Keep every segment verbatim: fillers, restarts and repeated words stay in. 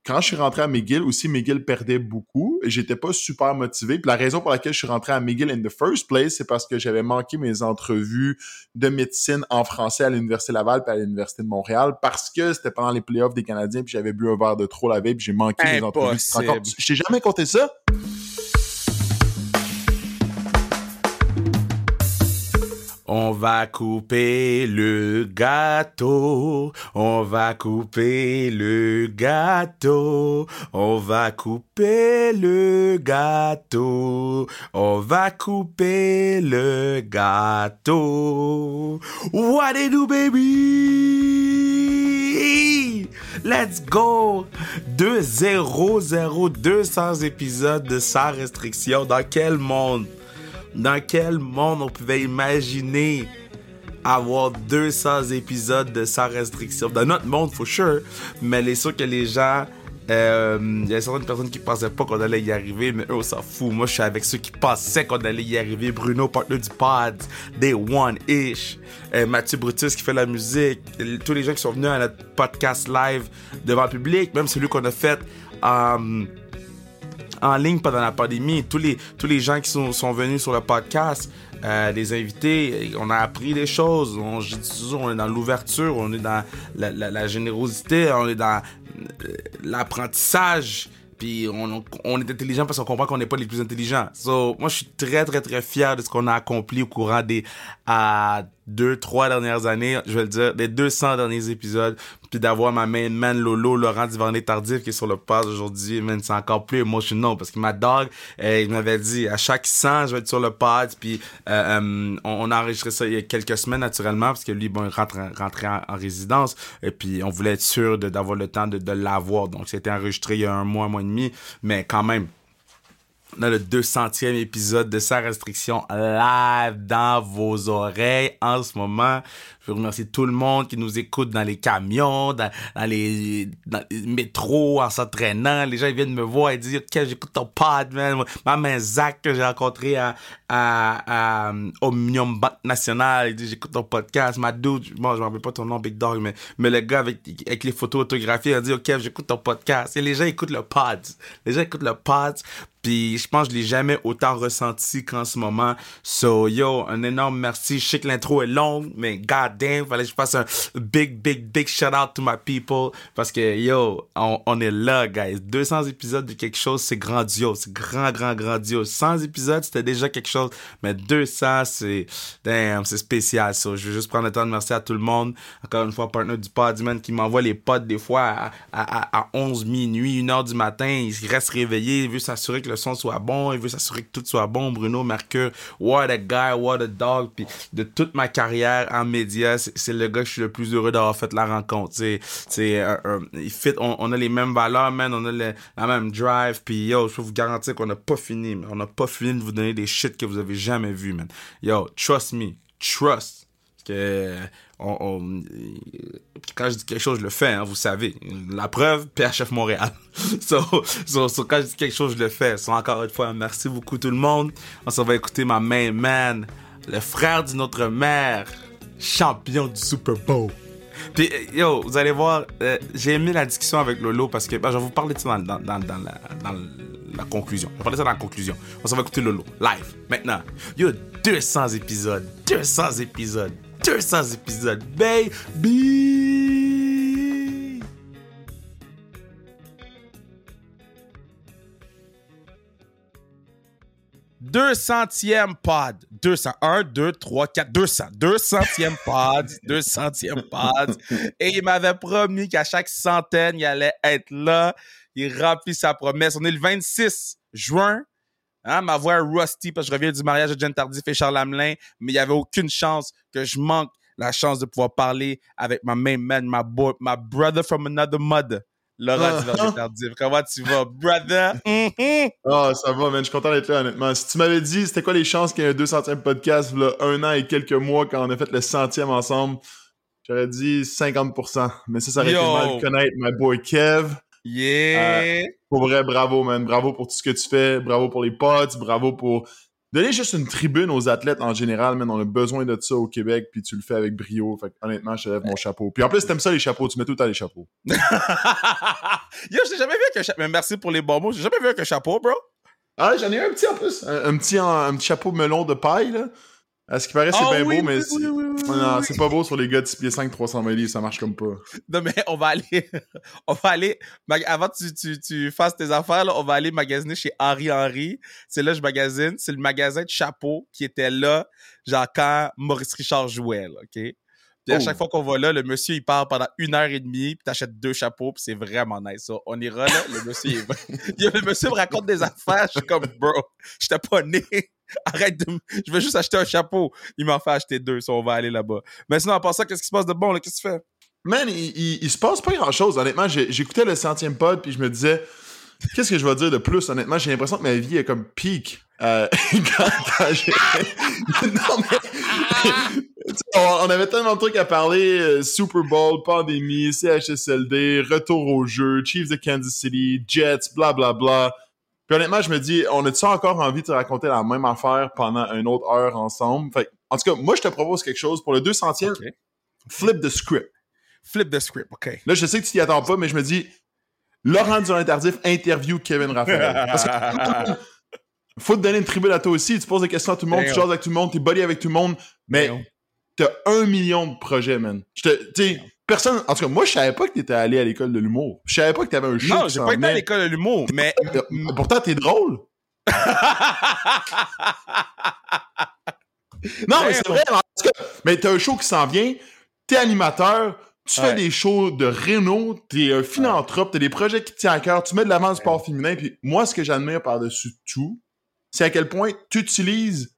quand je suis rentré à McGill, aussi, McGill perdait beaucoup et j'étais pas super motivé. Puis la raison pour laquelle je suis rentré à McGill in the first place, c'est parce que j'avais manqué mes entrevues de médecine en français à l'Université Laval puis à l'Université de Montréal parce que c'était pendant les playoffs des Canadiens puis j'avais bu un verre de trop la veille puis j'ai manqué mes entrevues. Tu te rends compte? Je t'ai jamais compté ça? On va couper le gâteau, on va couper le gâteau, on va couper le gâteau, on va couper le gâteau. What it do, baby? Let's go! deux zéro zéro deux cents épisodes de Sans Restriction. Dans quel monde? Dans quel monde on pouvait imaginer avoir deux cents épisodes de Sans Restriction? Dans notre monde, for sure, mais il est sûr que les gens... Euh, il y a certaines personnes qui pensaient pas qu'on allait y arriver, mais eux, on s'en fout. Moi, je suis avec ceux qui pensaient qu'on allait y arriver. Bruno, partenaire du pod, Day One-ish. Euh, Mathieu Brutus qui fait la musique. Tous les gens qui sont venus à notre podcast live devant le public, même celui qu'on a fait... Euh, en ligne pendant la pandémie, tous les, tous les gens qui sont, sont venus sur le podcast, euh, les invités, on a appris des choses, on, je dis toujours, on est dans l'ouverture, on est dans la, la, la générosité, on est dans euh, l'apprentissage, puis on, on est intelligent parce qu'on comprend qu'on n'est pas les plus intelligents. So, moi, je suis très, très, très fier de ce qu'on a accompli au courant des à deux, trois dernières années, je vais le dire, des deux cents derniers épisodes, puis d'avoir ma main man Lolo, Laurent Duvernay-Tardif, qui est sur le pod aujourd'hui, man, c'est encore plus emotional, parce que ma dog, euh, il m'avait dit, à chaque cent, je vais être sur le pod, puis euh, euh, on, on a enregistré ça il y a quelques semaines, naturellement, parce que lui, bon, il rentre, rentrait en, en résidence, et puis on voulait être sûr de, d'avoir le temps de, de l'avoir, donc c'était enregistré il y a un mois, un mois et demi, mais quand même, on a le deux centième épisode de Sans Restriction live dans vos oreilles en ce moment. Je veux remercier tout le monde qui nous écoute dans les camions, dans, dans, les, dans les métros, en s'entraînant. Les gens ils viennent me voir et disent « Ok, j'écoute ton pod, man. » Ma main Zach que j'ai rencontré à, à, à Omnium Banque Nationale, il dit « J'écoute ton podcast. » Ma dude, bon, je me rappelle pas ton nom, Big Dog, mais, mais le gars avec, avec les photos autographiées, il a dit « Ok, j'écoute ton podcast. » Et les gens écoutent le pod. Les gens écoutent le pod. Puis je pense que je l'ai jamais autant ressenti qu'en ce moment. So, yo, un énorme merci. Je sais que l'intro est longue, mais god damn, fallait que je fasse un big, big, big shout out to my people. Parce que, yo, on, on est là, guys. deux cents épisodes de quelque chose, c'est grandiose. C'est grand, grand, grandiose. cent épisodes, c'était déjà quelque chose. Mais deux cents, c'est, damn, c'est spécial. So, je veux juste prendre le temps de merci à tout le monde. Encore une fois, partenaire du pod, man, qui m'envoie les pods des fois à, à, à onze minuit, une heure du matin. Il reste réveillé. Il veut s'assurer que le son soit bon, il veut s'assurer que tout soit bon. Bruno Mercure, what a guy, what a dog. Puis de toute ma carrière en médias, c'est, c'est le gars que je suis le plus heureux d'avoir fait la rencontre. C'est, c'est, euh, euh, il fit, on, on a les mêmes valeurs, man, on a le, la même drive. Puis yo, je peux vous garantir qu'on n'a pas fini, man. On n'a pas fini de vous donner des shit que vous avez jamais vu, man. Yo, trust me, trust. Parce que on, on, quand je dis quelque chose, je le fais, hein, vous savez. La preuve, P H F Montréal. so, so, so, quand je dis quelque chose, je le fais. So, encore une fois, merci beaucoup tout le monde. On s'en va écouter ma main man, le frère d'une autre mère, champion du Super Bowl. Puis, yo, vous allez voir, euh, j'ai aimé la discussion avec Lolo parce que, ben, je vais vous parler de ça dans, dans, dans, dans, la, dans la conclusion. Je vais parler de ça dans la conclusion. On s'en va écouter Lolo, live, maintenant. Yo, deux cents épisodes, deux cents épisodes. deux cents épisodes, baby! deux centième pod. deux cents. un, deux, trois, quatre, deux cents. deux centième pod. deux centième pod. Et il m'avait promis qu'à chaque centaine, il allait être là. Il remplit sa promesse. On est le vingt-six juin. Hein, ma voix est rusty parce que je reviens du mariage de Jen Tardif et Charles Hamelin, mais il n'y avait aucune chance que je manque la chance de pouvoir parler avec ma main man, ma boy, my brother from another mother, Laurent Duvernay-Tardif. Comment tu vas, brother? Mm-hmm. Oh, ça va, man. Je suis content d'être là, honnêtement. Si tu m'avais dit, c'était quoi les chances qu'il y ait un deux centième podcast, là, un an et quelques mois, quand on a fait le centième ensemble, j'aurais dit cinquante pour cent. Mais ça, ça aurait été mal de connaître my boy Kev. Yeah! Euh, pour vrai, bravo, man. Bravo pour tout ce que tu fais. Bravo pour les potes. Bravo pour Donner juste une tribune aux athlètes en général, man, on a besoin de ça au Québec, puis tu le fais avec brio. Fait que, honnêtement, je te lève mon chapeau. Puis en plus, t'aimes ça les chapeaux, tu mets tout le temps les chapeaux. Yo, j'ai jamais vu avec un chapeau. Merci pour les bons mots. J'ai jamais vu avec un chapeau, bro. Ah, j'en ai un petit en plus. Un, un petit, en, un petit chapeau melon de paille, là. À ce qui paraît, c'est oh, bien oui, beau, mais oui, c'est... oui, oui, oui, non, oui. c'est pas beau sur les gars de six pieds cinq, trois cents livres, ça marche comme pas. Non, mais on va aller. on va aller. Avant que tu, tu, tu fasses tes affaires, là, on va aller magasiner chez Henri Henry. C'est là que je magasine. C'est le magasin de chapeaux qui était là, genre quand Maurice Richard jouait, là, OK? Puis à Oh. chaque fois qu'on va là, le monsieur, il part pendant une heure et demie, puis t'achètes deux chapeaux, puis c'est vraiment nice, ça. On ira là, le monsieur, il va... le monsieur me raconte des affaires, je suis comme, bro, j'étais pas né. Arrête de... Je veux juste acheter un chapeau. Il m'en fait acheter deux, ça, on va aller là-bas. Mais sinon, à part ça, qu'est-ce qui se passe de bon, là? Qu'est-ce que tu fais? Man, il, il, il se passe pas grand-chose. Honnêtement, j'ai, j'écoutais le centième pod, puis je me disais, qu'est-ce que je vais dire de plus? Honnêtement, j'ai l'impression que ma vie est comme peak. Euh, quand, quand j'ai... non, mais... on, on avait tellement de trucs à parler. euh, Super Bowl, pandémie, C H S L D, retour au jeu, Chiefs de Kansas City, Jets, blablabla. Bla, bla. Puis honnêtement, je me dis, on a-tu encore envie de te raconter la même affaire pendant une autre heure ensemble? Fait, en tout cas, moi, je te propose quelque chose. Pour le deux centième, okay. Flip the script. Flip the script, OK. Là, je sais que tu t'y attends pas, mais je me dis, Laurent Durand-Tardif interview Kevin Raphaël. Parce que faut te donner une tribune à toi aussi. Tu poses des questions à tout le monde, Damn. Tu choses avec tout le monde, t'es buddy avec tout le monde, mais Damn. T'as un million de projets, man. Je te, tu sais, personne... En tout cas, moi, je savais pas que t'étais allé à l'école de l'humour. Je savais pas que t'avais un show. Non, j'ai pas été à l'école de l'humour, mais... Pourtant, t'es drôle. non, mais c'est vrai. En tout cas, mais t'as un show qui s'en vient, t'es animateur, tu ouais. fais des shows de réno, t'es un philanthrope, t'as des projets qui te tiennent à cœur, tu mets de l'avant le sport féminin, puis moi, ce que j'admire par-dessus tout, c'est à quel point tu utilises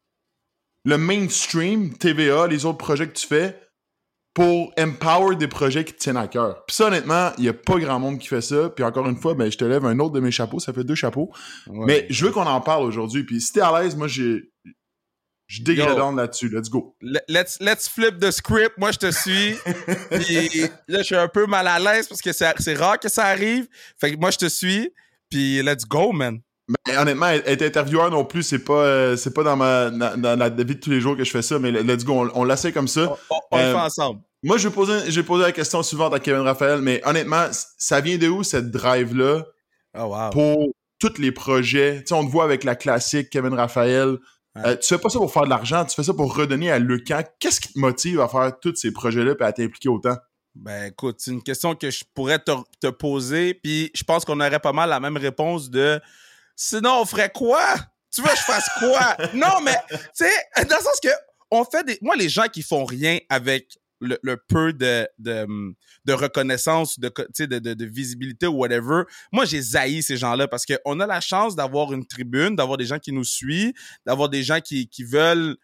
le mainstream, T V A, les autres projets que tu fais, pour empower des projets qui te tiennent à cœur. Puis ça, honnêtement, il y a pas grand monde qui fait ça. Puis encore une fois, ben je te lève un autre de mes chapeaux, ça fait deux chapeaux. Ouais. Mais je veux qu'on en parle aujourd'hui. Puis si t'es à l'aise, moi, j'ai... Je dégrade là-dessus. Let's go. Let's, let's flip the script. Moi, je te suis. Puis là, je suis un peu mal à l'aise parce que c'est, c'est rare que ça arrive. Fait que moi, je te suis. Puis let's go, man. Mais honnêtement, être intervieweur non plus, c'est pas euh, c'est pas dans ma dans, dans la vie de tous les jours que je fais ça, mais let's go, on, on l'essaie comme ça. On, on, on euh, le fait ensemble. Moi, je vais poser, je vais poser la question suivante à Kevin Raphaël, mais honnêtement, ça vient de où cette drive-là oh, wow. pour tous les projets? Tu sais, on te voit avec la classique Kevin Raphaël. Ouais. Euh, tu fais pas ça pour faire de l'argent, tu fais ça pour redonner à Lucan. Qu'est-ce qui te motive à faire tous ces projets-là et à t'impliquer autant? Ben écoute, c'est une question que je pourrais te, te poser, puis je pense qu'on aurait pas mal la même réponse de sinon, on ferait quoi? Tu veux que je fasse quoi? Non, mais, tu sais, dans le sens que, on fait des... Moi, les gens qui font rien avec le, le peu de, de, de reconnaissance, de, de, de, de visibilité ou whatever, moi, j'ai zaï ces gens-là parce qu'on a la chance d'avoir une tribune, d'avoir des gens qui nous suivent, d'avoir des gens qui, qui veulent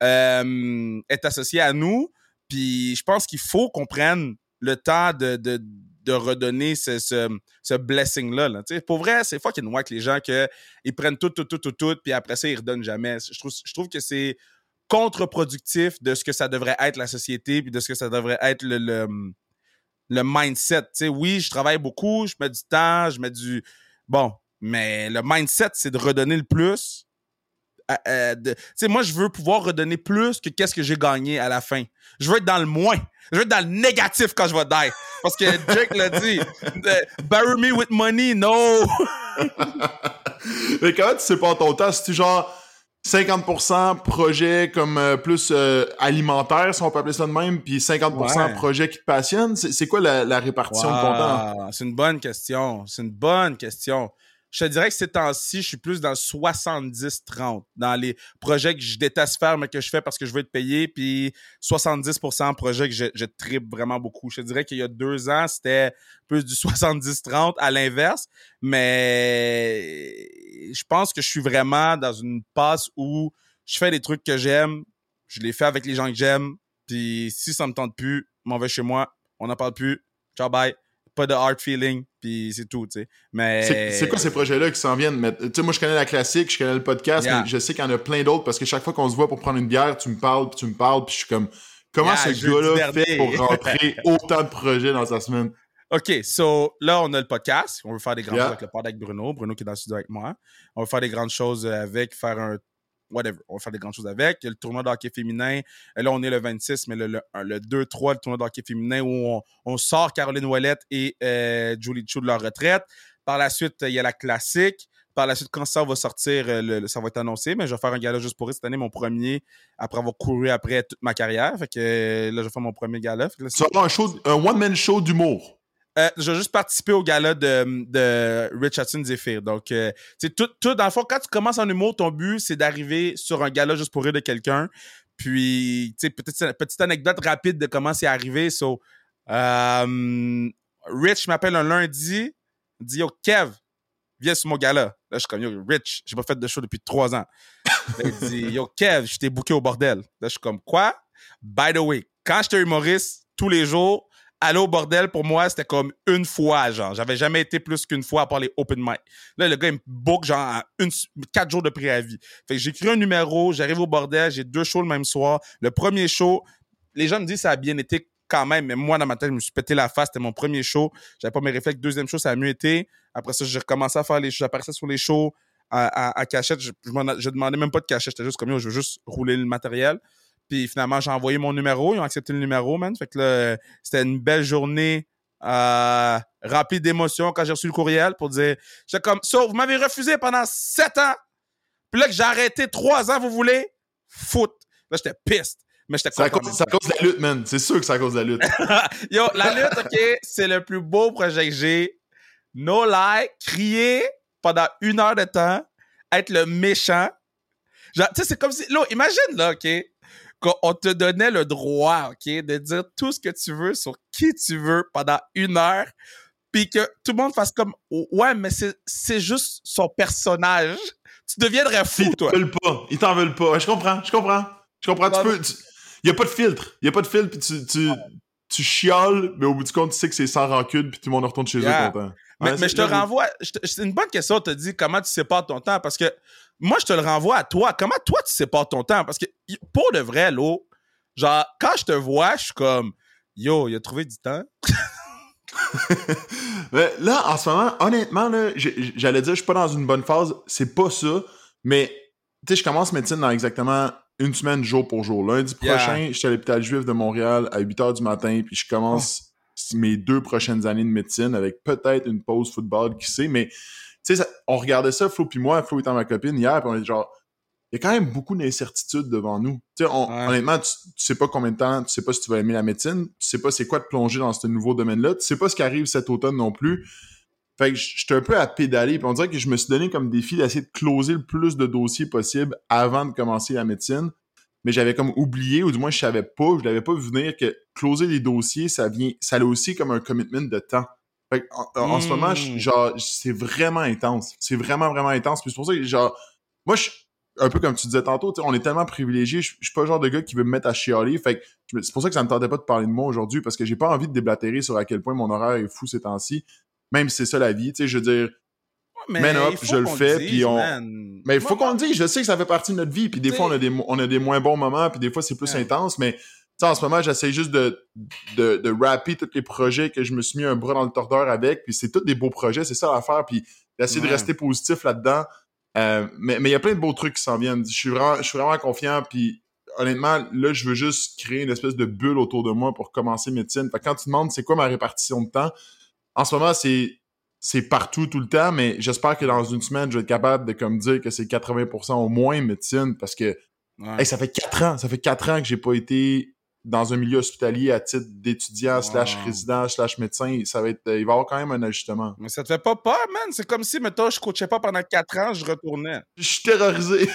euh, être associés à nous. Puis, je pense qu'il faut qu'on prenne le temps de... de de redonner ce, ce, ce blessing-là. Là. Pour vrai, c'est fucking wack les gens que ils prennent tout, tout, tout, tout, tout, puis après ça, ils redonnent jamais. Je trouve, je trouve que c'est contre-productif de ce que ça devrait être la société, puis de ce que ça devrait être le, le, le mindset. T'sais, oui, je travaille beaucoup, je mets du temps, je mets du... Bon, mais le mindset, c'est de redonner le plus. Euh, euh, de... Moi, je veux pouvoir redonner plus que qu'est-ce que j'ai gagné à la fin. Je veux être dans le moins. Je veux être dans le négatif quand je vais die. Parce que Jake l'a dit. Bury me with money, no! Mais comment tu sépares ton temps? C'est-tu genre cinquante pour cent projet comme euh, plus euh, alimentaire, si on peut appeler ça de même, puis cinquante pour cent ouais. projet qui te passionne? C'est, c'est quoi la, la répartition wow. de ton temps? C'est une bonne question. C'est une bonne question. Je te dirais que ces temps-ci, je suis plus dans le soixante-dix trente, dans les projets que je déteste faire, mais que je fais parce que je veux être payé, puis soixante-dix pour cent projets que je, je tripe vraiment beaucoup. Je te dirais qu'il y a deux ans, c'était plus du soixante-dix trente à l'inverse, mais je pense que je suis vraiment dans une passe où je fais des trucs que j'aime, je les fais avec les gens que j'aime, puis si ça me tente plus, je m'en vais chez moi, on n'en parle plus, ciao, bye. Pas de hard feeling, puis c'est tout, tu sais. Mais... C'est, c'est quoi ces projets-là qui s'en viennent? Tu sais, moi, je connais la classique, je connais le podcast, yeah. mais je sais qu'il y en a plein d'autres parce que chaque fois qu'on se voit pour prendre une bière, tu me parles, puis tu me parles, puis je suis comme, comment yeah, ce gars-là fait pour rentrer autant de projets dans sa semaine? OK, so là, on a le podcast. On veut faire des grandes yeah. choses avec le pod avec Bruno. Bruno qui est dans le studio avec moi. On veut faire des grandes choses avec, faire un whatever, on va faire des grandes choses avec. Il y a le tournoi de hockey féminin. Là, on est le vingt-six, mais le, le, le deux trois, le tournoi de hockey féminin où on, on sort Caroline Ouellette et euh, Julie Chu de leur retraite. Par la suite, il y a la classique. Par la suite, quand ça va sortir, le, le, ça va être annoncé, mais je vais faire un gala juste pour eux cette année, mon premier, après avoir couru après toute ma carrière. Fait que là, je vais faire mon premier gala. Fait que là, tu vas avoir un show, un one-man show d'humour. Euh, je vais juste participer au gala de, de Richardson Zephyr. Donc, euh, tu sais, tout, tout, dans le fond, quand tu commences en humour, ton but, c'est d'arriver sur un gala juste pour rire de quelqu'un. Puis, tu sais, petite, petite anecdote rapide de comment c'est arrivé. So, euh, Rich m'appelle un lundi, il dit « Yo, Kev, viens sur mon gala. » Là, je suis comme « Yo, Rich, j'ai pas fait de show depuis trois ans. » Là, il dit « Yo, Kev, je t'ai booké au bordel. » Là, je suis comme « Quoi? » By the way, quand j'étais humoriste, tous les jours, aller au bordel, pour moi, c'était comme une fois, genre. J'avais jamais été plus qu'une fois à part les open mic. Là, le gars, il me book, genre, une, quatre jours de préavis. Fait que j'écris un numéro, j'arrive au bordel, j'ai deux shows le même soir. Le premier show, les gens me disent que ça a bien été quand même, mais moi, dans ma tête, je me suis pété la face. C'était mon premier show. J'avais pas mes réflexes. Deuxième show, ça a mieux été. Après ça, j'ai recommencé à faire les shows. J'apparaissais sur les shows à, à, à cachette. Je, je, je demandais même pas de cachette. J'étais juste comme, yo, je veux juste rouler le matériel. Puis finalement, j'ai envoyé mon numéro. Ils ont accepté le numéro, man. Fait que là, c'était une belle journée euh, remplie d'émotions quand j'ai reçu le courriel pour dire, j'étais comme, so, vous m'avez refusé pendant sept ans. Puis là, que j'ai arrêté trois ans, vous voulez? Foot. Là, j'étais piste. Mais j'étais content. C'est à cause de la lutte, man. C'est sûr que c'est à cause de la lutte. Yo, la lutte, OK, c'est le plus beau projet que j'ai. No lie, crier pendant une heure de temps, être le méchant. Genre, tu sais, c'est comme si, là, imagine, là, OK, qu'on te donnait le droit, OK, de dire tout ce que tu veux sur qui tu veux pendant une heure, puis que tout le monde fasse comme, ouais, mais c'est, c'est juste son personnage. Tu deviendrais fou, Ils toi. Ils t'en veulent pas. Ils t'en veulent pas. Je comprends, je comprends. Je comprends. Tu peux. Il y a pas de filtre. Il y a pas de filtre, puis tu, tu, tu chiales, mais au bout du compte, tu sais que c'est sans rancune, puis tout le monde retourne chez yeah. eux content. Mais, ouais, mais je te renvoie. Je te, c'est une bonne question. Tu te dis comment tu sépares ton temps, parce que moi, je te le renvoie à toi. Comment toi, tu sépares ton temps? Parce que pour de vrai, là, genre, quand je te vois, je suis comme, yo, il a trouvé du temps. Là, en ce moment, honnêtement, là, j'allais dire, je suis pas dans une bonne phase. C'est pas ça. Mais, tu sais, je commence médecine dans exactement une semaine, jour pour jour. Lundi yeah. prochain, je suis à l'hôpital juif de Montréal à huit heures du matin, puis je commence oh. mes deux prochaines années de médecine avec peut-être une pause football, qui sait. Mais, tu sais, on regardait ça, Flo puis moi, Flo étant ma copine hier, puis on était genre, il y a quand même beaucoup d'incertitudes devant nous. Tu sais, ouais. honnêtement, tu, tu sais pas combien de temps, tu sais pas si tu vas aimer la médecine, tu sais pas c'est quoi de plonger dans ce nouveau domaine-là, tu sais pas ce qui arrive cet automne non plus. Fait que j'étais un peu à pédaler, puis on dirait que je me suis donné comme défi d'essayer de closer le plus de dossiers possible avant de commencer la médecine. Mais j'avais comme oublié, ou du moins je savais pas, je l'avais pas vu venir que closer les dossiers, ça vient, ça a aussi comme un commitment de temps. Fait que en, en mmh. ce moment, genre, c'est vraiment intense. C'est vraiment, vraiment intense. Puis c'est pour ça que, genre, moi, je un peu comme tu disais tantôt, on est tellement privilégiés, je suis pas le genre de gars qui veut me mettre à chialer, fait que c'est pour ça que ça me tentait pas de parler de moi aujourd'hui, parce que j'ai pas envie de déblatérer sur à quel point mon horaire est fou ces temps-ci, même si c'est ça la vie, tu sais, je veux dire, mais man up, je le fais, puis on... Man. Mais il faut qu'on le dise, je sais que ça fait partie de notre vie, puis des fois, on a des, on a des moins bons moments, puis des fois, c'est plus yeah. intense, mais tu sais, en ce moment, j'essaie juste de, de, de rapper tous les projets que je me suis mis un bras dans le tordeur avec, puis c'est tous des beaux projets, c'est ça l'affaire, puis d'essayer ouais. de rester positif là-dedans. Euh, mais mais il y a plein de beaux trucs qui s'en viennent. Je suis vraiment, je suis vraiment confiant. Puis honnêtement, là, je veux juste créer une espèce de bulle autour de moi pour commencer médecine. Fait que quand tu demandes c'est quoi ma répartition de temps, en ce moment, c'est c'est partout tout le temps, mais j'espère que dans une semaine, je vais être capable de comme dire que c'est quatre-vingts pour cent au moins médecine, parce que ouais. hey, ça fait quatre ans, ça fait quatre ans que j'ai pas été dans un milieu hospitalier à titre d'étudiant, wow. slash résident, slash médecin. Ça va être, il va y avoir quand même un ajustement. Mais ça te fait pas peur, man? C'est comme si, mettons, je coachais pas pendant quatre ans, je retournais. Je suis terrorisé.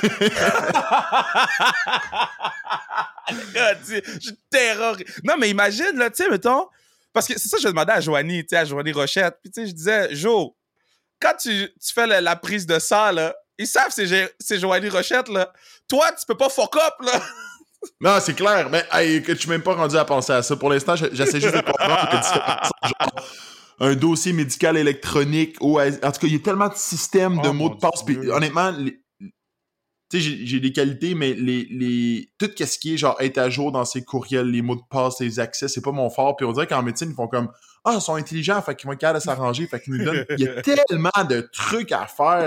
Je suis terrorisé. Non, mais imagine, là, tu sais, mettons, parce que c'est ça que je demandais à Joanie, tu sais, à Joanie Rochette. Puis, tu sais, je disais, Jo, quand tu, tu fais la, la prise de sang, là, ils savent c'est, c'est Joanie Rochette, là. Toi, tu peux pas fuck up, là. Non, c'est clair. Mais hey, je suis même pas rendu à penser à ça. Pour l'instant, j'essaie juste de comprendre que genre, un dossier médical électronique, ou en tout cas, il y a tellement de systèmes oh, de mots de passe. Puis, honnêtement, les... tu sais, j'ai, j'ai des qualités, mais les, les... tout ce qui est genre être à jour dans ses courriels, les mots de passe, les accès, c'est pas mon fort. Puis on dirait qu'en médecine, ils font comme ah, ils sont intelligents, fait qu'ils vont être capables de s'arranger, fait qu'ils nous donnent. Il y a tellement de trucs à faire.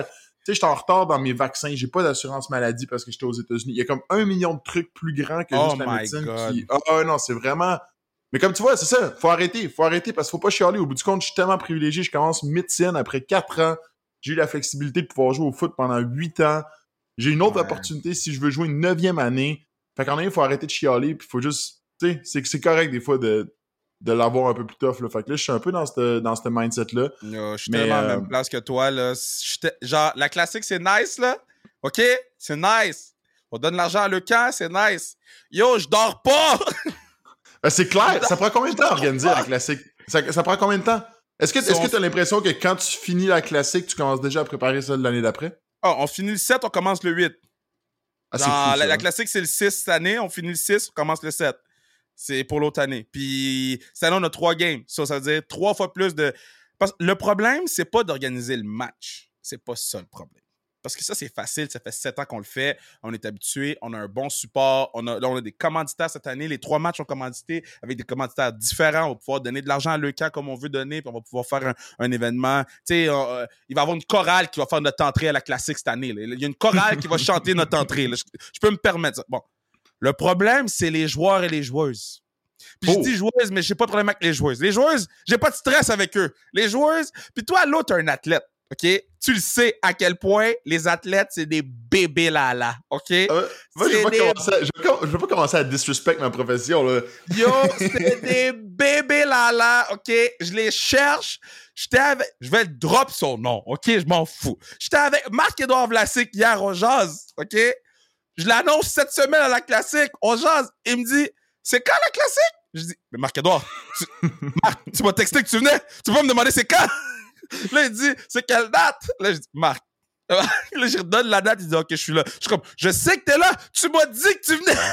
sais, j'étais en retard dans mes vaccins, j'ai pas d'assurance maladie parce que j'étais aux États-Unis. Il y a comme un million de trucs plus grands que Oh juste la my médecine God. qui... Ah oh, non, c'est vraiment... Mais comme tu vois, c'est ça, faut arrêter, faut arrêter parce qu'il faut pas chialer. Au bout du compte, je suis tellement privilégié, je commence médecine après quatre ans. J'ai eu la flexibilité de pouvoir jouer au foot pendant huit ans. J'ai une autre Ouais. opportunité si je veux jouer une neuvième année. Fait qu'en un, il faut arrêter de chialer, puis il faut juste... Tu sais, c'est, c'est correct des fois de, de l'avoir un peu plus tough, là. Fait que là, je suis un peu dans ce dans cette mindset-là. Yo, je suis Mais, tellement à la euh, même place que toi, là. J'étais- Genre, la classique, c'est nice, là. OK? C'est nice. On donne l'argent à Lecan, c'est nice. Yo, je dors pas! Ben, c'est clair, ça prend combien de temps à organiser la classique? Ça, ça prend combien de temps? Est-ce que est-ce que tu as l'impression que quand tu finis la classique, tu commences déjà à préparer ça de l'année d'après? Oh, on finit le sept, on commence le huit. Ah, c'est Genre, fou, ça, la, la hein? classique, c'est le six cette année. On finit le six, on commence le sept. C'est pour l'autre année. Puis, cette année, on a trois games. Ça, ça veut dire trois fois plus de... Parce que le problème, c'est pas d'organiser le match. C'est pas ça le problème. Parce que ça, c'est facile. Ça fait sept ans qu'on le fait. On est habitué. On a un bon support. On a, là, on a des commanditaires cette année. Les trois matchs sont commandités avec des commanditaires différents. On va pouvoir donner de l'argent à Lecan comme on veut donner. Puis on va pouvoir faire un, un événement. Tu sais, euh, il va y avoir une chorale qui va faire notre entrée à la classique cette année. Là. Il y a une chorale qui va chanter notre entrée. Là. Je, je peux me permettre ça. Bon. Le problème, c'est les joueurs et les joueuses. Puis Oh. je dis joueuses, mais j'ai pas de problème avec les joueuses. Les joueuses, j'ai pas de stress avec eux. Les joueuses, puis toi, là, t'es un athlète, OK? Tu le sais à quel point les athlètes, c'est des bébés là-là, OK? Euh, moi, je C'est veux, pas des... commencer à, je, veux, je veux pas commencer à disrespect ma profession, là. Yo, c'est des bébés là-là, OK? Je les cherche. J'étais avec... Je vais le drop son nom, OK? Je m'en fous. J'étais avec Marc-Édouard Vlasic hier au Jazz, OK? Je l'annonce cette semaine à la classique. On jase. Il me dit, c'est quand la classique? Je dis, mais Marc-Édouard, tu... Marc, tu m'as texté que tu venais. Tu vas me demander c'est quand? Là, il dit, c'est quelle date? Là, je dis, Marc. Là, je redonne la date. Il dit, OK, je suis là. Je suis comme, je sais que t'es là. Tu m'as dit que tu venais.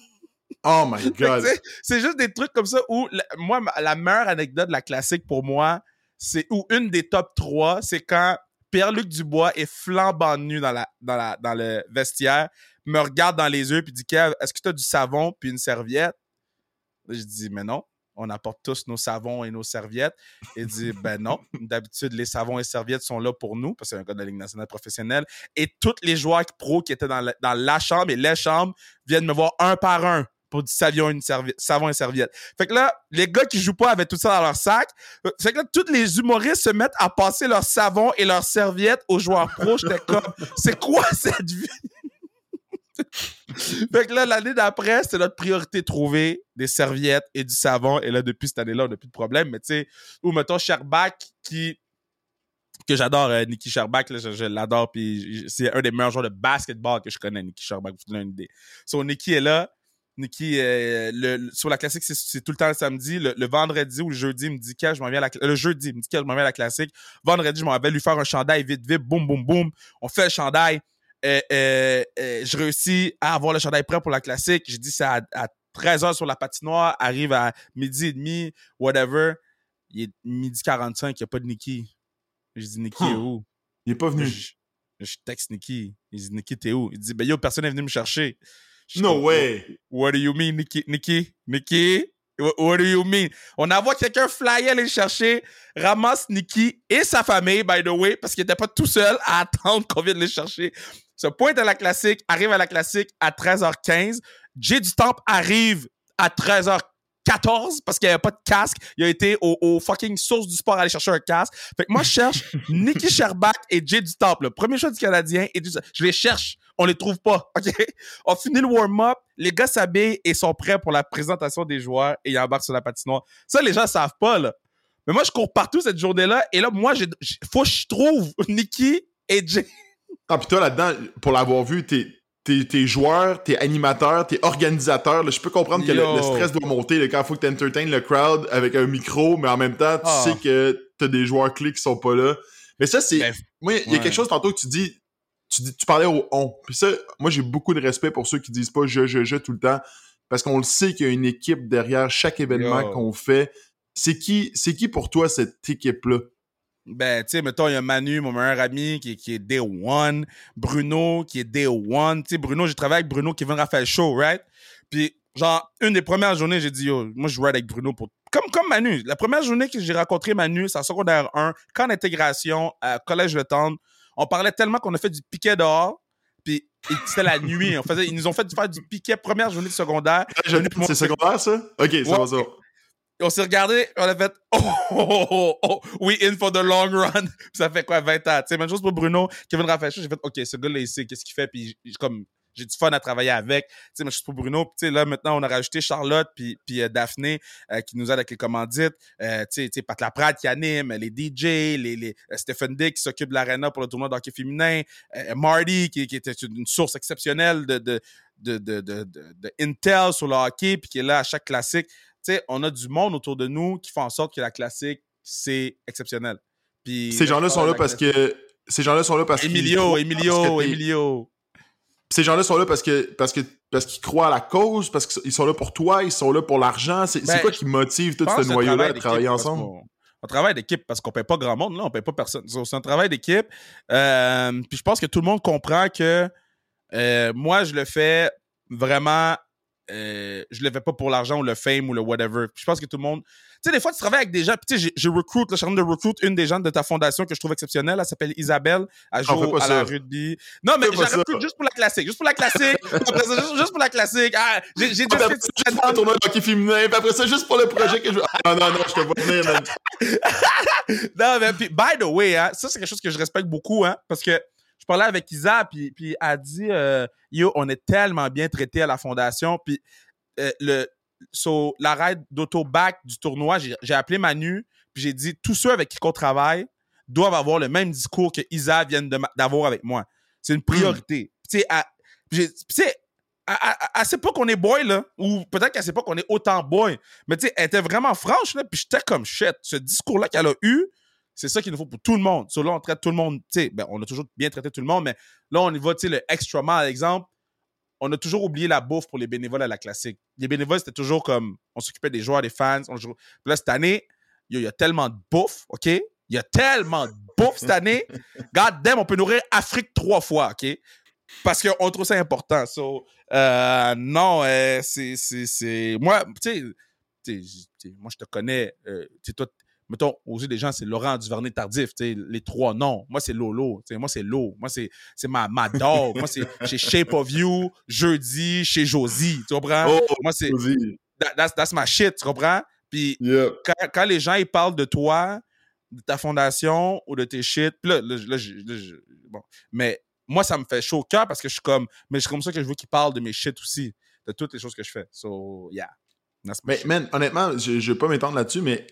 Oh my God. Fait que, c'est juste des trucs comme ça où, la, moi, la meilleure anecdote de la classique pour moi, c'est, ou une des top trois, c'est quand Pierre-Luc Dubois est flambant nu dans, la, dans, la, dans le vestiaire, me regarde dans les yeux puis dit, Kev, est-ce que tu as du savon puis une serviette? Là, je dis, mais non, on apporte tous nos savons et nos serviettes. Il dit, ben non, d'habitude, les savons et serviettes sont là pour nous, parce que c'est un gars de la Ligue nationale professionnelle, et tous les joueurs pro qui étaient dans la, dans la chambre et les chambres viennent me voir un par un pour du savon et, une serviette, savon et serviette. Fait que là, les gars qui jouent pas avaient tout ça dans leur sac. Fait que là, tous les humoristes se mettent à passer leur savon et leurs serviettes aux joueurs pro. J'étais comme, c'est quoi cette vie? Fait que là, l'année d'après, c'était notre priorité de trouver des serviettes et du savon. Et là, depuis cette année-là, on n'a plus de problème. Mais tu sais, ou mettons Sherbach, qui que j'adore, euh, Nicky Sherbach, là, je, je l'adore. Puis c'est un des meilleurs joueurs de basketball que je connais, Nicky Sherbach. Vous donner une idée. So, Nicky est là. Nicky, euh, le, le, sur la classique, c'est, c'est tout le temps le samedi. Le, le vendredi ou le jeudi, il me dit que je m'en viens à la Le jeudi, il me dit que je m'en viens à la classique. Vendredi, je m'en vais lui faire un chandail vite, vite, boum, boum, boum. On fait le chandail. Euh, euh, euh, je réussis à avoir le chandail prêt pour la classique. J'ai dit c'est à, à treize heures sur la patinoire, arrive à midi et demi, whatever. Il est midi quarante-cinq, il n'y a pas de Nicky. J'ai dit, Nicky, Hmm. où? Il est pas venu. Je, je texte Nicky. Il dit, Nicky, t'es où? Il dit, ben yo, personne n'est venu me chercher. Je No comme, way! What do you mean, Nicky? Nicky? Nicky? What, what do you mean? On envoie quelqu'un flyer aller le chercher, ramasse Nicky et sa famille, by the way, parce qu'il n'était pas tout seul à attendre qu'on vienne le chercher. Se pointe à la classique, arrive à la classique à treize heures quinze. Jay du Temple arrive à treize heures quatorze parce qu'il n'y avait pas de casque. Il a été au, au fucking source du sport aller chercher un casque. Fait que moi, je cherche Nicky Sherbach et Jay du Temple, le premier choix du Canadien. Et du... Je les cherche. On les trouve pas, OK? On finit le warm-up. Les gars s'habillent et sont prêts pour la présentation des joueurs et ils embarquent sur la patinoire. Ça, les gens savent pas, là. Mais moi, je cours partout cette journée-là. Et là, moi, j'ai, faut que je trouve Nicky et Jay. Ah, pis toi, là-dedans, pour l'avoir vu, t'es, t'es, t'es joueur, t'es animateur, t'es organisateur. Là, je peux comprendre que le, le stress doit monter là, quand il faut que t'entertaines le crowd avec un micro, mais en même temps, tu Ah. sais que t'as des joueurs clés qui sont pas là. Mais ça, c'est... Ben, moi, il y a ouais. quelque chose tantôt que tu dis... Tu, dis, tu parlais au « on ». Puis ça, moi, j'ai beaucoup de respect pour ceux qui disent pas « je, je, je » tout le temps. Parce qu'on le sait qu'il y a une équipe derrière chaque événement Yo. qu'on fait. C'est qui, c'est qui pour toi, cette équipe-là? Ben, tu sais, mettons, il y a Manu, mon meilleur ami, qui, qui est Day One. Bruno, qui est Day One. Tu sais, Bruno, j'ai travaillé avec Bruno, Kevin Raphaël Show, right? Puis, genre, une des premières journées, j'ai dit, yo, moi, je jouais avec Bruno pour... Comme, comme Manu. La première journée que j'ai rencontré Manu, c'est en secondaire un, camp d'intégration, à Collège Le Tendre. on parlait tellement qu'on a fait du piquet dehors, puis c'était la nuit. On faisait, ils nous ont fait faire du piquet première journée de secondaire. C'est secondaire, ça? OK, c'est ouais, bon, ça. On s'est regardé, on a fait oh, oh, oh, oh, we in for the long run. Puis ça fait quoi, vingt ans? Tu sais, même chose pour Bruno, Kevin Raphaël, j'ai fait, OK, ce gars-là, il sait qu'est-ce qu'il fait, puis comme, j'ai du fun à travailler avec. Tu sais, même chose pour Bruno. Puis, tu sais, là, maintenant, on a rajouté Charlotte, puis, puis euh, Daphné, euh, qui nous aide avec les commandites. Euh, tu sais, tu sais, Pat Laprade qui anime, les D J, les, les, euh, Stephen Dick qui s'occupe de l'arena pour le tournoi de hockey féminin, euh, Marty, qui, qui était une source exceptionnelle de, de, de, de, de, de, de intel sur le hockey, puis qui est là à chaque classique. Tu sais, on a du monde autour de nous qui fait en sorte que la classique, c'est exceptionnel. Puis, ces gens-là sont là parce que... Ces gens-là sont là parce que... Emilio, Emilio, Emilio. Ces gens-là sont là parce que parce que parce qu'ils croient à la cause, parce qu'ils sont là pour toi, ils sont là pour l'argent. C'est ben, quoi qui motive tout ce noyau-là à travailler ensemble? On, on travaille d'équipe parce qu'on paye pas grand monde, là, on paye pas personne. C'est un travail d'équipe. Euh, puis je pense que tout le monde comprend que euh, moi, je le fais vraiment... Euh, je le fais pas pour l'argent ou le fame ou le whatever. Puis je pense que tout le monde... Tu sais, des fois, tu travailles avec des gens... Puis tu sais, je recrute, là, je suis en train de recrute une des gens de ta fondation que je trouve exceptionnelle. Elle s'appelle Isabelle. Elle joue à ça. La rugby. Non, mais je la recrute juste pour la classique. Juste pour la classique. après ça, juste, juste pour la classique. Ah, j'ai j'ai déjà fait... Juste pour le tournoi de hockey féminin. Puis après ça, juste pour le projet que je... Ah, non, non, non, je te vois venir, man. Non, mais puis, by the way, hein, ça, c'est quelque chose que je respecte beaucoup, hein, parce que je parlais avec Isa, puis, puis elle a dit euh, « Yo, on est tellement bien traité à la fondation. » Puis euh, le, so, la ride d'auto-back du tournoi, j'ai, j'ai appelé Manu, puis j'ai dit « Tous ceux avec qui on travaille doivent avoir le même discours que Isa vient de, d'avoir avec moi. C'est une priorité. Mm. » Tu sais, elle, elle, elle sait pas qu'on est boy, là, ou peut-être qu'elle sait pas qu'on est autant boy, mais tu sais, elle était vraiment franche, là, puis j'étais comme shit. Ce discours-là qu'elle a eu, c'est ça qu'il nous faut pour tout le monde. So, là, on traite tout le monde, tu sais, ben, on a toujours bien traité tout le monde, mais là, on y va, tu sais, le extra mile, exemple, on a toujours oublié la bouffe pour les bénévoles à la classique. Les bénévoles, c'était toujours comme, on s'occupait des joueurs, des fans. On joue... Puis là, cette année, il y a tellement de bouffe, OK? Il y a tellement de bouffe cette année. God damn, on peut nourrir Afrique trois fois, OK? Parce qu'on trouve ça important. So, euh, non, euh, c'est, c'est, c'est... Moi, tu sais, moi, je te connais. Euh, tu sais, toi, mettons, aux yeux des gens, c'est Laurent Duvernay-Tardif, tu sais, les trois noms. Moi, c'est Lolo, tu sais, moi, c'est Lo. Moi, c'est, c'est ma, ma dog. Moi, c'est chez Shape of You, jeudi, chez Josie, tu comprends? Oh, moi, c'est... Josie. That, that's, that's my shit, tu comprends? Puis, yep. quand, quand les gens, ils parlent de toi, de ta fondation ou de tes shit, puis là, là, là, là, là, là, bon, mais moi, ça me fait chaud au cœur parce que je suis comme, mais c'est comme ça que je veux qu'ils parlent de mes shit aussi, de toutes les choses que je fais. So, yeah. Mais, man, honnêtement, je, je vais pas m'étendre là-dessus, mais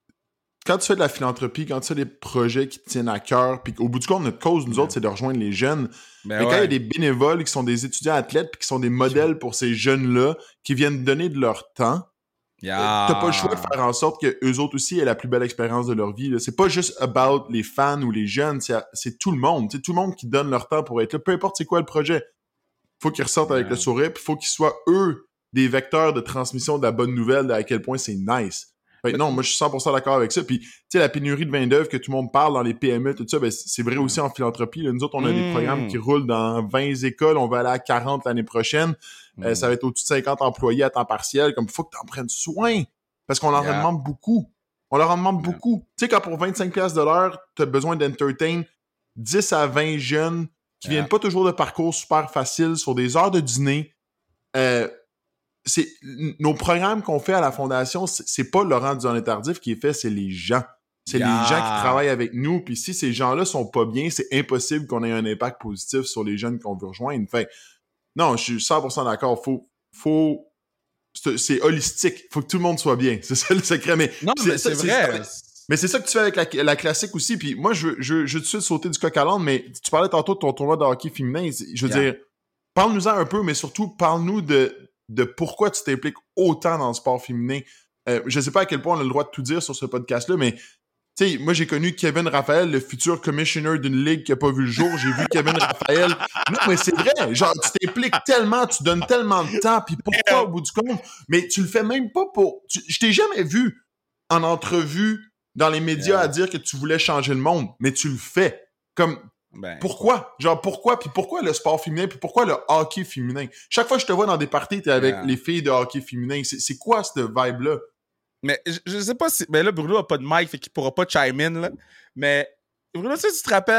quand tu fais de la philanthropie, quand tu fais des projets qui te tiennent à cœur, puis au bout du compte, notre cause, nous ouais. autres, c'est de rejoindre les jeunes. Ben mais ouais. quand il y a des bénévoles qui sont des étudiants athlètes, puis qui sont des modèles pour ces jeunes-là, qui viennent donner de leur temps, yeah. t'as pas le choix de faire en sorte que eux autres aussi aient la plus belle expérience de leur vie. Là. C'est pas juste about les fans ou les jeunes, c'est, c'est tout le monde. C'est tout le monde qui donne leur temps pour être là. Peu importe c'est quoi le projet. Faut qu'ils ressortent yeah. avec le sourire, puis faut qu'ils soient, eux, des vecteurs de transmission de la bonne nouvelle, de à quel point c'est nice. Fait que non, moi, je suis cent pour cent d'accord avec ça. Puis, tu sais, la pénurie de main-d'œuvre que tout le monde parle dans les P M E, tout ça, ben, c'est vrai aussi en philanthropie. Là. Nous autres, on a mmh. des programmes qui roulent dans vingt écoles. On va aller à quarante l'année prochaine. Mmh. Euh, ça va être au-dessus de cinquante employés à temps partiel. Comme, faut que t'en prennes soin. Parce qu'on leur yeah. en demande beaucoup. On leur en demande yeah. beaucoup. Tu sais, quand pour vingt-cinq dollars de l'heure, t'as besoin d'entertain dix à vingt jeunes qui yeah. viennent pas toujours de parcours super faciles sur des heures de dîner, euh, c'est nos programmes qu'on fait à la fondation, c'est, c'est pas Laurent Duvernay-Tardif qui est fait, c'est les gens. C'est yeah. les gens qui travaillent avec nous. Puis si ces gens-là sont pas bien, c'est impossible qu'on ait un impact positif sur les jeunes qu'on veut rejoindre. Fait non, je suis cent pour cent d'accord. Faut, faut, c'est, c'est holistique. Faut que tout le monde soit bien. C'est ça le secret. Mais non, mais c'est, c'est vrai. C'est, mais c'est ça que tu fais avec la, la classique aussi. Puis moi, je veux, je, je veux tout de suite sauter du coq à l'âne, mais tu parlais tantôt de ton tournoi de hockey féminin. Je veux yeah. dire, parle-nous-en un peu, mais surtout, parle-nous de de pourquoi tu t'impliques autant dans le sport féminin. Euh, je sais pas à quel point on a le droit de tout dire sur ce podcast-là, mais tu sais, moi, j'ai connu Kevin Raphaël, le futur commissioner d'une ligue qui a pas vu le jour. J'ai vu Kevin Raphaël. Non, mais c'est vrai. Genre, tu t'impliques tellement, tu donnes tellement de temps, puis pourquoi au bout du compte? Mais tu le fais même pas pour... Tu... Je t'ai jamais vu en entrevue dans les médias yeah. à dire que tu voulais changer le monde, mais tu le fais. Comme... Ben, pourquoi? Genre, pourquoi? Puis pourquoi le sport féminin? Puis pourquoi le hockey féminin? Chaque fois que je te vois dans des parties, t'es avec yeah. les filles de hockey féminin. C'est, c'est quoi cette vibe-là? Mais je, je sais pas si... Mais là, Bruno a pas de mic, fait qu'il pourra pas chime in, là. Mais Bruno, tu sais, tu te rappelles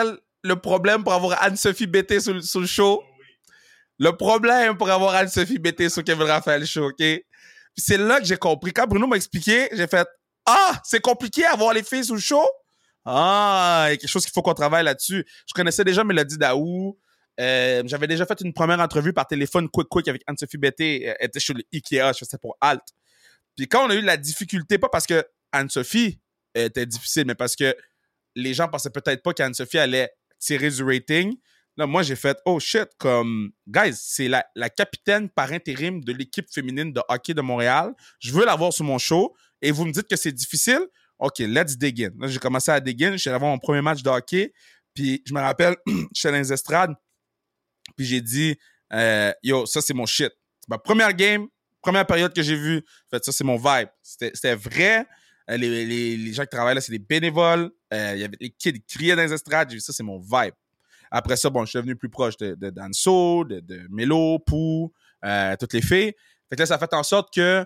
le problème pour avoir Anne-Sophie Bété sur, sur le show. Le problème pour avoir Anne-Sophie Bété sur Kevin Raphaël Show, OK? Puis c'est là que j'ai compris. Quand Bruno m'a expliqué, j'ai fait « Ah, c'est compliqué avoir les filles sur le show? Ah, il y a quelque chose qu'il faut qu'on travaille là-dessus. » Je connaissais déjà Mélodie Daou. Euh, j'avais déjà fait une première entrevue par téléphone quick quick avec Anne-Sophie Bété. Elle était chez le Ikea, je faisais pour Alt. Puis quand on a eu la difficulté, pas parce que Anne-Sophie était difficile, mais parce que les gens pensaient peut-être pas qu'Anne-Sophie allait tirer du rating. Là, moi, j'ai fait « Oh shit, comme, guys, c'est la, la capitaine par intérim de l'équipe féminine de hockey de Montréal. Je veux l'avoir sur mon show. Et vous me dites que c'est difficile? OK, let's dig in. » Là, j'ai commencé à dig in. J'allais avoir mon premier match de hockey. Puis, je me rappelle, j'étais dans les estrades. Puis, j'ai dit euh, « Yo, ça, c'est mon shit. » C'est ma première game, première période que j'ai vue. En fait, ça, c'est mon vibe. C'était, c'était vrai. Les, les, les gens qui travaillent là, c'est des bénévoles. Euh, il y avait des kids qui criaient dans les estrades. J'ai dit « Ça, c'est mon vibe. » Après ça, bon, je suis devenu plus proche de, de Danso, de, de Mélo, Pou, euh, toutes les filles. Fait que là, ça a fait en sorte que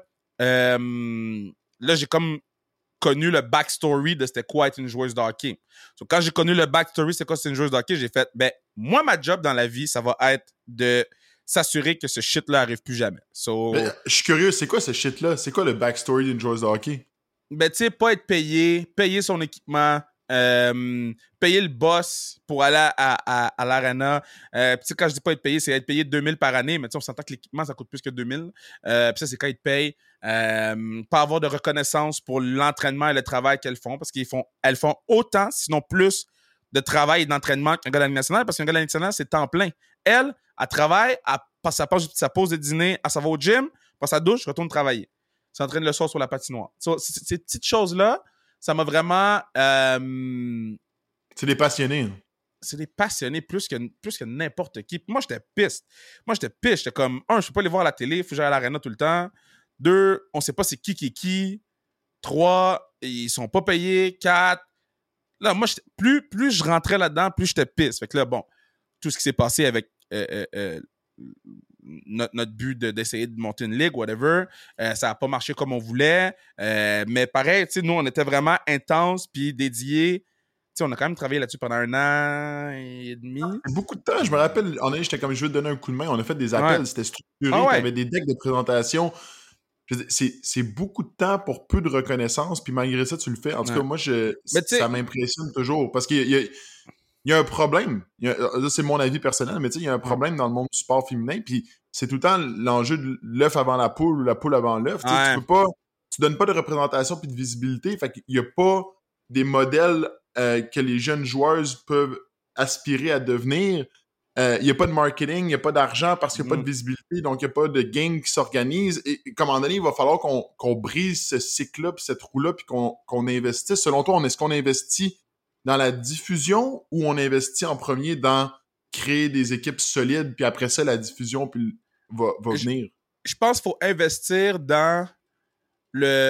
euh, là, j'ai comme connu le backstory de c'était quoi être une joueuse de hockey. Donc, quand j'ai connu le backstory, c'est quoi c'est une joueuse de hockey, j'ai fait, ben, moi, ma job dans la vie, ça va être de s'assurer que ce shit-là arrive plus jamais. So, ben, je suis curieux, c'est quoi ce shit-là? C'est quoi le backstory d'une joueuse de hockey? Ben, tu sais, pas être payé, payer son équipement, Euh, payer le boss pour aller à, à, à l'arena. Euh, puis quand je dis pas être payé, c'est être payé deux mille par année, mais on s'entend que l'équipement, ça coûte plus que deux mille. Euh, puis ça, c'est quand ils te payent. Euh, pas avoir de reconnaissance pour l'entraînement et le travail qu'elles font, parce qu'ils font, elles font autant, sinon plus, de travail et d'entraînement qu'un gars de la Ligue nationale, parce qu'un gars de la Ligue nationale, c'est temps plein. Elle, elle travaille, elle passe sa pause, sa pause de dîner, elle s'en va au gym, passe sa douche, retourne travailler. S'entraîne le soir sur la patinoire. So, c- c- ces petites choses-là, ça m'a vraiment... Euh, C'est des passionnés. c'est des passionnés plus que, plus que n'importe qui. Puis moi, j'étais piste. Moi, j'étais piste. J'étais comme, un, je peux pas les voir à la télé, il faut que j'aille à l'aréna tout le temps. Deux, on sait pas c'est qui qui est qui. Trois, ils sont pas payés. Quatre, là, moi, plus, plus je rentrais là-dedans, plus j'étais piste. Fait que là, bon, tout ce qui s'est passé avec euh, euh, euh, notre, notre but de, d'essayer de monter une ligue, whatever, euh, ça n'a pas marché comme on voulait. Euh, mais pareil, tu sais, nous, on était vraiment intenses puis dédiés. Tu sais, on a quand même travaillé là-dessus pendant un an et demi. Beaucoup de temps. Je me rappelle, en année, j'étais comme, je veux te donner un coup de main. On a fait des appels, Ouais. c'était structuré. Ah ouais. Tu avais des decks de présentation. Je veux dire, c'est, c'est beaucoup de temps pour peu de reconnaissance. Puis malgré ça, tu le fais. En tout Ouais. cas, moi, je, Mais tu sais- ça m'impressionne toujours. Parce qu'il y a, il y a un problème. Il y a- là, c'est mon avis personnel, mais tu sais, il y a un problème dans le monde du sport féminin. Puis c'est tout le temps l'enjeu de l'œuf avant la poule ou la poule avant l'œuf. Tu sais, Ouais. Tu peux pas, tu donnes pas de représentation puis de visibilité. Fait qu'il y a pas des modèles euh, que les jeunes joueuses peuvent aspirer à devenir. Euh, Il n'y a pas de marketing, il n'y a pas d'argent parce qu'il n'y a Mm. pas de visibilité, donc il n'y a pas de gang qui s'organise. Et, et comme à un moment donné, il va falloir qu'on, qu'on brise ce cycle-là, puis cette roue-là, puis qu'on, qu'on investisse. Selon toi, on est-ce qu'on investit dans la diffusion ou on investit en premier dans créer des équipes solides, puis après ça, la diffusion puis va, va Je- venir? Je pense qu'il faut investir dans le,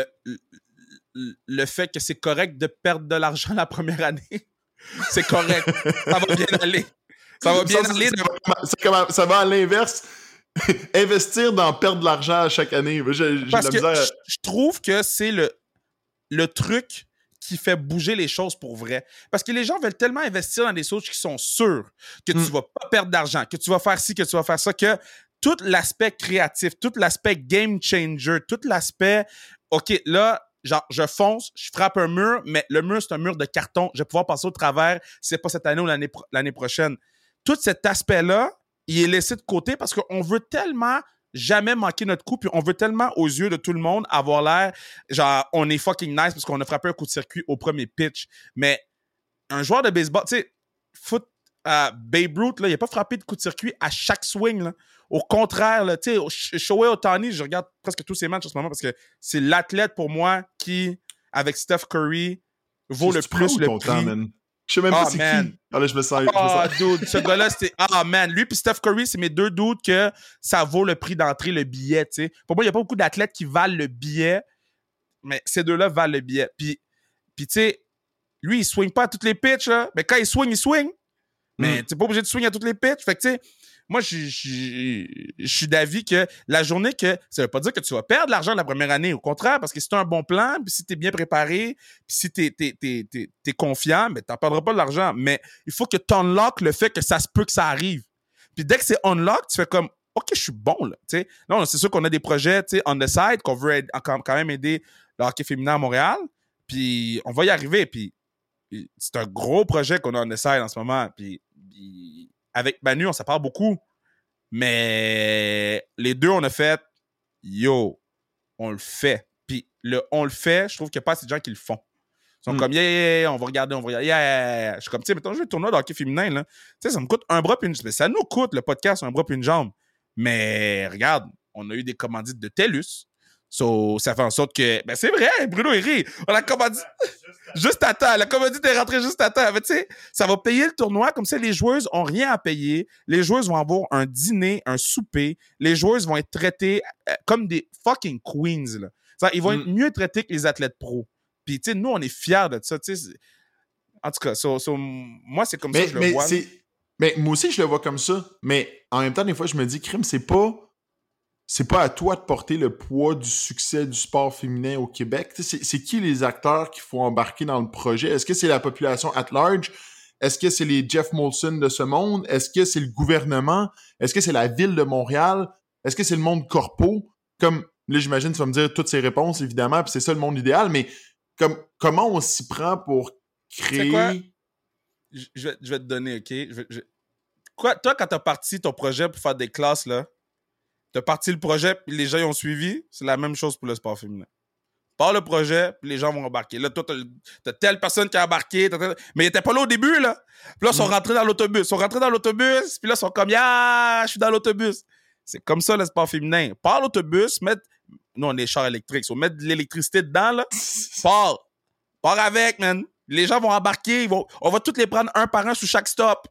le, le fait que c'est correct de perdre de l'argent la première année. C'est correct. Ça va bien aller. Ça va bien Ça, aller. c'est- c'est- c'est comme- ça va à l'inverse. Investir dans perdre de l'argent à chaque année. Moi, J'ai, j'ai de Parce la que misère. à- je, je trouve que c'est le, le truc qui fait bouger les choses pour vrai. Parce que les gens veulent tellement investir dans des choses qui sont sûrs que tu Mm. vas pas perdre d'argent, que tu vas faire ci, que tu vas faire ça, que tout l'aspect créatif, tout l'aspect game changer, tout l'aspect, OK, là, genre, je fonce, je frappe un mur, mais le mur, c'est un mur de carton. Je vais pouvoir passer au travers si c'est pas cette année ou l'année, pro- l'année prochaine. Tout cet aspect-là, il est laissé de côté parce qu'on veut tellement jamais manquer notre coup, puis on veut tellement, aux yeux de tout le monde, avoir l'air, genre, on est fucking nice parce qu'on a frappé un coup de circuit au premier pitch. Mais un joueur de baseball, tu sais, foot, euh, Babe Ruth, là, il n'a pas frappé de coup de circuit à chaque swing, là. Au contraire, là, tu sais, Shohei Ohtani, je regarde presque tous ses matchs en ce moment parce que c'est l'athlète pour moi qui, avec Steph Curry, vaut le Tu prends plus où le ton prix. temps, man? Je sais même pas Ah, c'est man. qui. Ah là, je me sens. je me Ah, sens- dude, ce gars-là, c'était... Ah, man, lui puis Steph Curry, c'est mes deux doutes que ça vaut le prix d'entrée, le billet, tu sais. Pour moi, il n'y a pas beaucoup d'athlètes qui valent le billet, mais ces deux-là valent le billet. Puis, puis tu sais, lui, il swing pas à toutes les pitches, là. Mais quand il swing, il swing. Mais Mm. t'es pas obligé de swing à toutes les pitches. Fait que, tu sais, moi, je, je, je suis d'avis que la journée que... Ça veut pas dire que tu vas perdre l'argent la première année. Au contraire, parce que si tu as un bon plan, puis si tu es bien préparé, puis si tu es confiant, ben, tu n'en perdras pas de l'argent. Mais il faut que tu unlock le fait que ça se peut que ça arrive. Puis dès que c'est unlock, tu fais comme, OK, je suis bon, là. T'sais. Là, c'est sûr qu'on a des projets on the side, qu'on veut aider, quand même aider le hockey féminin à Montréal. Puis on va y arriver. Puis, puis c'est un gros projet qu'on a on the side en ce moment. Puis... puis avec Manu, on s'en parle beaucoup. Mais les deux, on a fait yo, on le fait. Puis le on le fait, je trouve qu'il n'y a pas assez de gens qui le font. Ils sont mm. comme yeah, yeah, yeah, on va regarder, on va regarder. Yeah, yeah, yeah. Je suis comme, tu sais, mettons, je vais le tournoi de hockey féminin, là. Tu sais, ça me coûte un bras puis une jambe. Ça nous coûte le podcast, un bras puis une jambe. Mais regarde, on a eu des commandites de TELUS. So, ça fait en sorte que. Ben, c'est vrai, Bruno, il rit. On a commandité. Juste à temps. La commandite est rentrée juste à temps. Mais tu sais, ça va payer le tournoi. Comme ça, les joueuses ont rien à payer. Les joueuses vont avoir un dîner, un souper. Les joueuses vont être traitées euh, comme des fucking queens, là. Ça, ils vont mm. être mieux traités que les athlètes pros. Puis, tu sais, nous, on est fiers de ça. Tu sais, en tout cas, so, so, moi, c'est comme mais, ça que je le vois. Mais moi aussi, je le vois comme ça. Mais en même temps, des fois, je me dis, crime, c'est pas. C'est pas à toi de porter le poids du succès du sport féminin au Québec. C'est, c'est qui les acteurs qu'il faut embarquer dans le projet? Est-ce que c'est la population at large? Est-ce que c'est les Jeff Molson de ce monde? Est-ce que c'est le gouvernement? Est-ce que c'est la ville de Montréal? Est-ce que c'est le monde corpo? Comme, là, j'imagine tu vas me dire toutes ces réponses, évidemment, puis c'est ça le monde idéal, mais comme comment on s'y prend pour créer... C'est quoi? Je, je, vais, je vais te donner, OK? Je, je... Quoi, toi, quand t'as parti ton projet pour faire des classes, là, t'as parti le projet, puis les gens y ont suivi, c'est la même chose pour le sport féminin. Pars le projet, puis les gens vont embarquer. Là, toi, t'as, t'as telle personne qui a embarqué, t'as, t'as, mais ils étaient pas là au début, là. Puis là, ils sont mmh. rentrés dans l'autobus. Ils sont rentrés dans l'autobus, puis là, ils sont comme, ah, je suis dans l'autobus. C'est comme ça, le sport féminin. Pars l'autobus, mettre... Nous, on est chars électriques. On met de l'électricité dedans, là. Pars. Pars avec, man. Les gens vont embarquer. Ils vont... On va tous les prendre un par un sous chaque stop.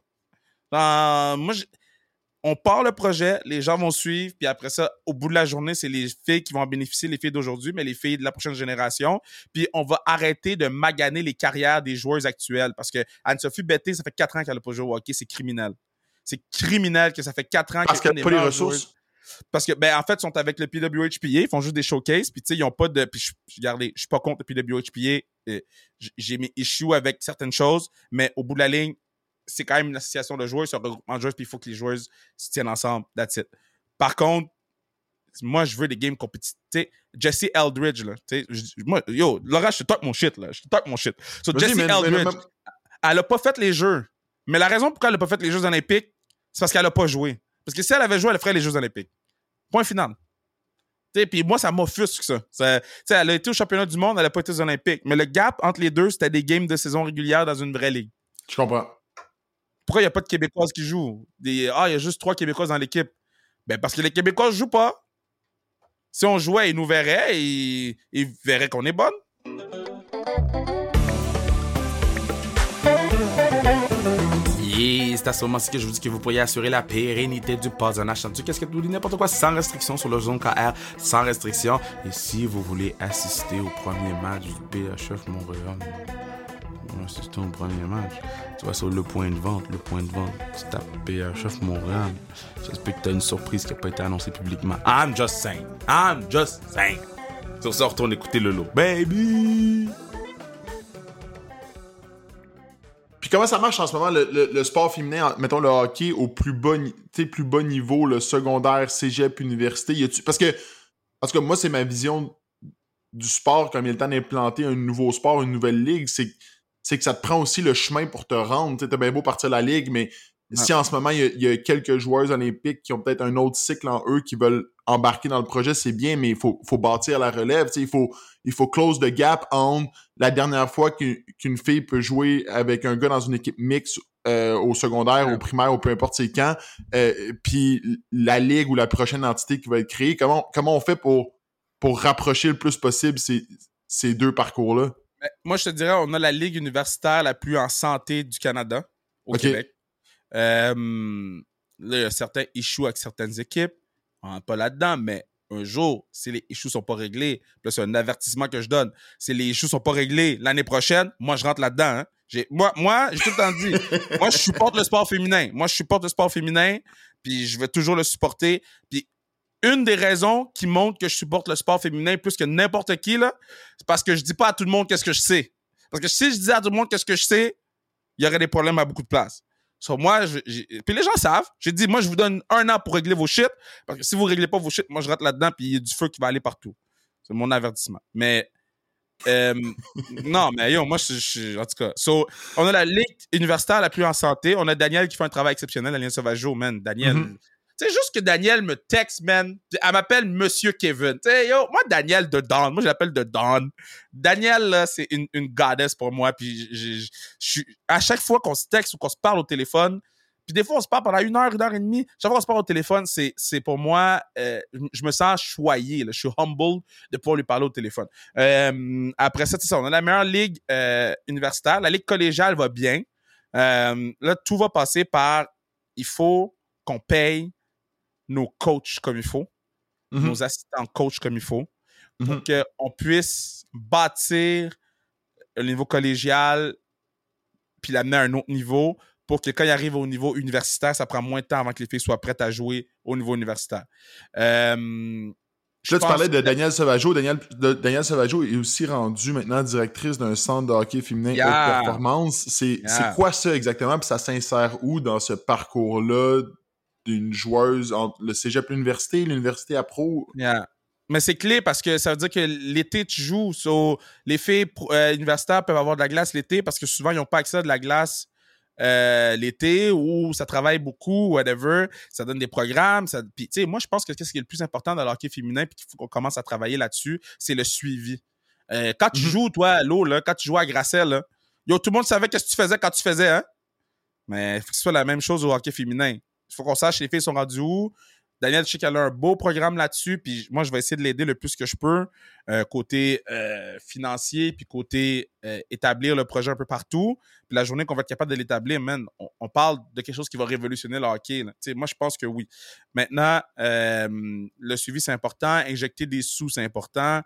Euh, moi, je... On part le projet, les gens vont suivre, puis après ça, au bout de la journée, c'est les filles qui vont en bénéficier, les filles d'aujourd'hui, mais les filles de la prochaine génération. Puis on va arrêter de maganer les carrières des joueuses actuelles, parce que Anne-Sophie Betté, ça fait quatre ans qu'elle n'a pas joué au hockey, c'est criminel. C'est criminel que ça fait quatre ans parce qu'elle n'a pas les ressources. Joueuses. Parce que, ben, en fait, ils sont avec le P W H P A, ils font juste des showcases, puis tu sais, ils n'ont pas de... Puis, regardez, je suis pas contre le P W H P A, euh, j'ai mes issues avec certaines choses, mais au bout de la ligne, c'est quand même une association de joueurs, c'est un regroupement de joueurs, puis il faut que les joueurs se tiennent ensemble. That's it. Par contre, moi, je veux des games compétitifs. Tu sais, Jessie Eldridge, là. Tu sais, moi, yo, Laura, je te talk mon shit, là. Je te talk mon shit. So, Jessie Eldridge, elle a pas fait les Jeux. Mais la raison pourquoi elle a pas fait les Jeux olympiques, c'est parce qu'elle a pas joué. Parce que si elle avait joué, elle ferait les Jeux olympiques. Point final. Tu sais, puis moi, ça m'offusque, ça. ça tu sais, elle a été au championnat du monde, elle a pas été aux olympiques. Mais le gap entre les deux, c'était des games de saison régulière dans une vraie ligue. Je comprends. Pourquoi il n'y a pas de Québécoises qui jouent? Des, ah, il y a juste trois Québécoises dans l'équipe. Ben, parce que les Québécoises ne jouent pas. Si on jouait, ils nous verraient et ils verraient qu'on est bonne. Yeah, c'est à ce moment-ci que je vous dis que vous pourriez assurer la pérennité du podcast en achetant du qu'est-ce que vous dites n'importe quoi sans restriction sur le Zone K R, sans restriction. Et si vous voulez assister au premier match du P H F Montréal, assister au premier match, tu vas sur le point de vente, le point de vente, tu tapes P H F Montréal. J'espère que tu as une surprise qui n'a pas été annoncée publiquement. I'm just saying. I'm just saying. Sur ça, on retourne écouter le lot. Baby! Puis comment ça marche en ce moment, le, le, le sport féminin, mettons le hockey au plus bas, plus bas niveau, le secondaire, cégep, université? Y a-tu... Parce que, en tout cas, moi, c'est ma vision du sport, comme il est le temps d'implanter un nouveau sport, une nouvelle ligue, c'est c'est que ça te prend aussi le chemin pour te rendre. Tu t'as bien beau partir de la ligue, mais ouais. Si en ce moment, il y, y a quelques joueurs olympiques qui ont peut-être un autre cycle en eux qui veulent embarquer dans le projet, c'est bien, mais il faut, faut bâtir la relève. Il faut, il faut close the gap entre la dernière fois qu'une, qu'une fille peut jouer avec un gars dans une équipe mixte euh, au secondaire, ouais. Au primaire, ou peu importe c'est quand, euh, puis la ligue ou la prochaine entité qui va être créée. Comment, comment on fait pour, pour rapprocher le plus possible ces, ces deux parcours-là? Moi, je te dirais, on a la ligue universitaire la plus en santé du Canada, au okay. Québec. Euh, là, il y a certains issues avec certaines équipes. On n'est pas là-dedans, mais un jour, si les issues ne sont pas réglés, là, c'est un avertissement que je donne. Si les issues ne sont pas réglés l'année prochaine, moi, je rentre là-dedans. Hein. J'ai, moi, moi, j'ai tout le temps dit, moi, je supporte le sport féminin. Moi, je supporte le sport féminin. puis je vais toujours le supporter. Puis une des raisons qui montre que je supporte le sport féminin plus que n'importe qui, là, c'est parce que je dis pas à tout le monde qu'est-ce que je sais. Parce que si je disais à tout le monde qu'est-ce que je sais, il y aurait des problèmes à beaucoup de places. So, moi, je, puis les gens savent. J'ai dit, moi, je vous donne un an pour régler vos shit. Parce que si vous réglez pas vos shit, moi, je rentre là-dedans puis il y a du feu qui va aller partout. C'est mon avertissement. Mais, euh, non, mais yo, moi, je, je, en tout cas. So, on a la ligue universitaire la plus en santé. On a Daniel qui fait un travail exceptionnel, Daniel Sauvageau, man. Daniel. Mm-hmm. Tu sais, juste que Daniel me texte, man. Elle m'appelle Monsieur Kevin. Tu sais, yo, moi, Daniel de Dawn. Moi, je l'appelle de Dawn. Daniel, là, c'est une, une goddess pour moi. Puis, je suis, à chaque fois qu'on se texte ou qu'on se parle au téléphone, puis des fois, on se parle pendant une heure, une heure et demie. Chaque fois qu'on se parle au téléphone, c'est, c'est pour moi, euh, je me sens choyé, là. Je suis humble de pouvoir lui parler au téléphone. Euh, après ça, c'est ça. On a la meilleure ligue euh, universitaire. La ligue collégiale va bien. Euh, là, tout va passer par, il faut qu'on paye nos coachs comme il faut, mm-hmm. nos assistants coachs comme il faut, pour mm-hmm. qu'on puisse bâtir le niveau collégial puis l'amener à un autre niveau pour que quand il arrive au niveau universitaire, ça prend moins de temps avant que les filles soient prêtes à jouer au niveau universitaire. Euh, Là, tu parlais de Daniel Sauvageau. Daniel, de, Daniel Sauvageau est aussi rendue maintenant directrice d'un centre de hockey féminin yeah. haute performance. C'est, yeah. c'est quoi ça exactement? Puis ça s'insère où dans ce parcours-là d'une joueuse entre le cégep, l'université, l'université à pro? Yeah. Mais c'est clé parce que ça veut dire que l'été, tu joues. So, les filles euh, universitaires peuvent avoir de la glace l'été parce que souvent, ils n'ont pas accès à de la glace euh, l'été ou ça travaille beaucoup, whatever. Ça donne des programmes. Ça... Puis, tu sais, moi, je pense que ce qui est le plus important dans le hockey féminin puis qu'il faut qu'on commence à travailler là-dessus, c'est le suivi. Euh, quand tu mm-hmm. joues, toi, à l'eau, là, quand tu joues à Grasset, là, yo, tout le monde savait ce que tu faisais quand tu faisais, hein? Mais il faut que ce soit la même chose au hockey féminin. Il faut qu'on sache les filles sont rendues où. Daniel, je sais qu'elle a un beau programme là-dessus, puis moi, je vais essayer de l'aider le plus que je peux, euh, côté euh, financier, puis côté euh, établir le projet un peu partout. Puis la journée qu'on va être capable de l'établir, man, on, on parle de quelque chose qui va révolutionner le hockey. Moi, je pense que oui. Maintenant, euh, le suivi, c'est important. Injecter des sous, c'est important.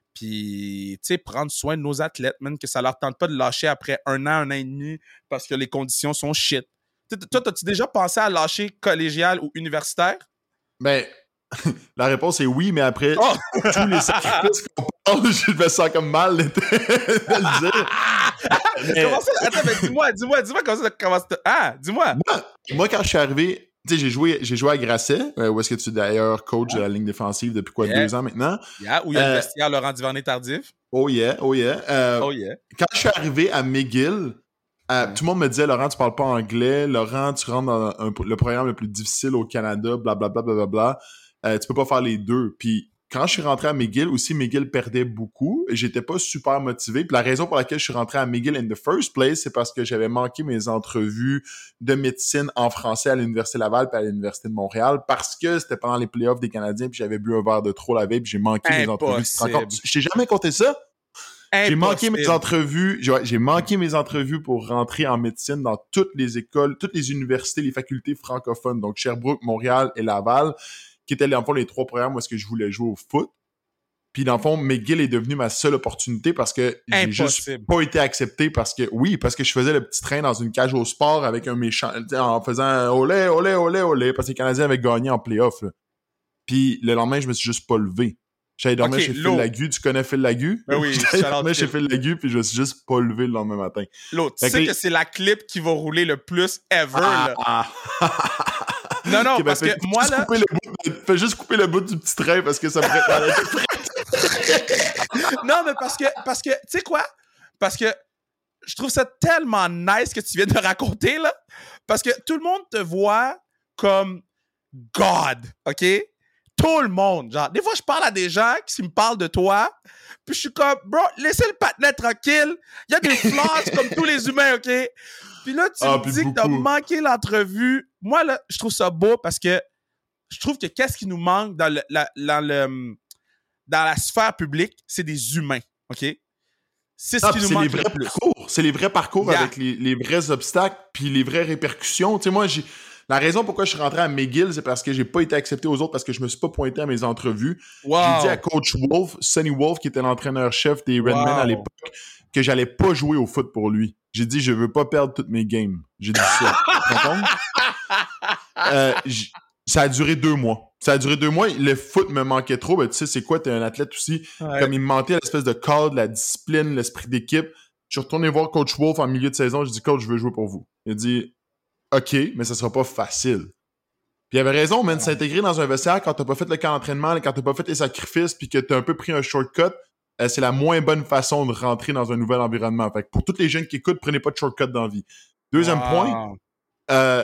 Puis, tu sais, prendre soin de nos athlètes, man, que ça leur tente pas de lâcher après un an, un an et demi, parce que les conditions sont shit. Toi, as-tu déjà pensé à lâcher collégial ou universitaire? Ben, la réponse est oui, mais après, oh! tous les sacrifices qu'on parle, je me sens comme mal de, de le dire. Mais... Comment ça? Attends, mais dis-moi, dis-moi, dis-moi comment ça commence. Ah, dis-moi. Moi, moi, quand je suis arrivé, tu sais, j'ai joué, j'ai joué à Grasset, euh, où est-ce que tu es d'ailleurs coach yeah. de la ligne défensive depuis quoi, yeah. deux ans maintenant? Yeah, où il y a euh, le vestiaire Laurent Duvernay-Tardif. Oh yeah, oh yeah. Euh, oh yeah. Quand je suis arrivé à McGill, Euh, mm. tout le monde me disait, Laurent, tu parles pas anglais. Laurent, tu rentres dans un, le programme le plus difficile au Canada, blablabla, blablabla. Euh, tu peux pas faire les deux. Puis quand je suis rentré à McGill, aussi, McGill perdait beaucoup et j'étais pas super motivé. Puis la raison pour laquelle je suis rentré à McGill in the first place, c'est parce que j'avais manqué mes entrevues de médecine en français à l'Université Laval puis à l'Université de Montréal parce que c'était pendant les playoffs des Canadiens puis j'avais bu un verre de trop la veille puis j'ai manqué mes entrevues. Je t'ai jamais compté ça? Impossible. J'ai manqué mes entrevues, j'ai, j'ai manqué mes entrevues pour rentrer en médecine dans toutes les écoles, toutes les universités, les facultés francophones, donc Sherbrooke, Montréal et Laval, qui étaient dans le fond les trois programmes où est-ce que je voulais jouer au foot. Puis dans le fond, McGill est devenu ma seule opportunité parce que j'ai Impossible. juste pas été accepté parce que, oui, parce que je faisais le petit train dans une cage au sport avec un méchant, en faisant olé, olé, olé, olé, parce que les Canadiens avaient gagné en play-off, là. Puis le lendemain, je me suis juste pas levé. J'allais dormir okay, chez Phil Lagu. Tu connais Phil Lagu? Ben oui, j'allais dormir chez Phil Lagu, puis je me suis juste pas levé le lendemain matin. L'autre, tu sais les... que c'est la clip qui va rouler le plus ever, ah, là. Ah. Non, non, okay, parce ben, que moi, là... Bout, fais juste couper le bout du petit train, parce que ça me ferait... Non, mais parce que, parce que, tu sais quoi? Parce que je trouve ça tellement nice que tu viens de raconter, là. Parce que tout le monde te voit comme God, OK? Tout le monde, genre, des fois, je parle à des gens qui me parlent de toi, puis je suis comme, bro, laissez le patinet tranquille, il y a des flaws comme tous les humains, OK? Puis là, tu ah, me dis que t'as manqué l'entrevue. Moi, là, je trouve ça beau parce que je trouve que qu'est-ce qui nous manque dans, le, la, dans, le, dans la sphère publique, c'est des humains, OK? C'est ce ah, qui nous c'est manque les vrais le plus. Parcours. C'est les vrais parcours yeah. avec les, les vrais obstacles puis les vraies répercussions. Tu sais, moi, j'ai... La raison pourquoi je suis rentré à McGill, c'est parce que j'ai pas été accepté aux autres parce que je me suis pas pointé à mes entrevues. Wow. J'ai dit à Coach Wolf, Sonny Wolf, qui était l'entraîneur-chef des Redmen wow. à l'époque, que j'allais pas jouer au foot pour lui. J'ai dit, je veux pas perdre toutes mes games. J'ai dit ça. Tu comprends? euh, j... Ça a duré deux mois. Ça a duré deux mois. Le foot me manquait trop. Ben, tu sais, c'est quoi? T'es un athlète aussi. Ouais. Comme il me manquait l'espèce de cadre, la discipline, l'esprit d'équipe. Je suis retourné voir Coach Wolf en milieu de saison. Je dis, Coach, je veux jouer pour vous. Il a dit, OK, mais ça sera pas facile. Puis il avait raison, man, de s'intégrer dans un vestiaire quand t'as pas fait le camp d'entraînement, quand t'as pas fait les sacrifices, puis que t'as un peu pris un shortcut, euh, c'est la moins bonne façon de rentrer dans un nouvel environnement. Fait que pour tous les jeunes qui écoutent, prenez pas de shortcut dans la vie. Deuxième wow. point, euh,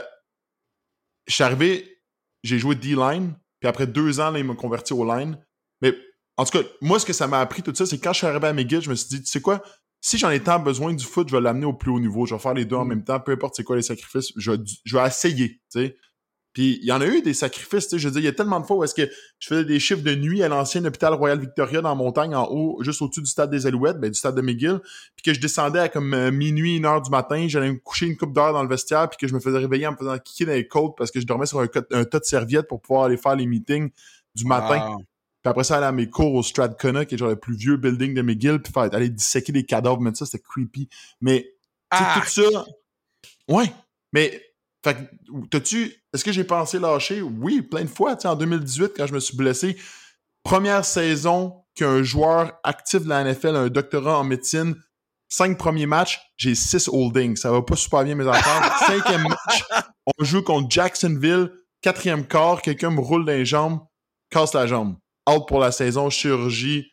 je suis arrivé, j'ai joué D-line, puis après deux ans, là, il m'a converti au line. Mais en tout cas, moi, ce que ça m'a appris, tout ça, c'est quand je suis arrivé à McGill, je me suis dit, tu sais quoi, si j'en ai tant besoin du foot, je vais l'amener au plus haut niveau. Je vais faire les deux mm. en même temps, peu importe c'est quoi les sacrifices, je vais, je vais essayer, tu sais. Puis il y en a eu des sacrifices, tu sais, je veux dire, il y a tellement de fois où est-ce que je faisais des chiffres de nuit à l'ancien hôpital Royal Victoria dans la montagne, en haut, juste au-dessus du stade des Alouettes, ben, du stade de McGill, puis que je descendais à comme euh, minuit, une heure du matin, j'allais me coucher une couple d'heures dans le vestiaire, puis que je me faisais réveiller en me faisant kicker dans les côtes parce que je dormais sur un, un tas de serviettes pour pouvoir aller faire les meetings du matin. Wow. Puis après ça, aller à mes cours au Strathcona, qui est genre le plus vieux building de McGill, puis faire, aller disséquer des cadavres, mais ça, c'était creepy. Mais, ah. tout ça... Ouais, mais... Fait que, t'as-tu... Est-ce que j'ai pensé lâcher? Oui, plein de fois. Tu sais, en deux mille dix-huit, quand je me suis blessé, première saison qu'un joueur actif de la N F L a un doctorat en médecine, cinq premiers matchs, j'ai six holdings. Ça va pas super bien, mes enfants. Cinquième match, on joue contre Jacksonville. Quatrième quart, quelqu'un me roule dans les jambes, casse la jambe. Out pour la saison, chirurgie.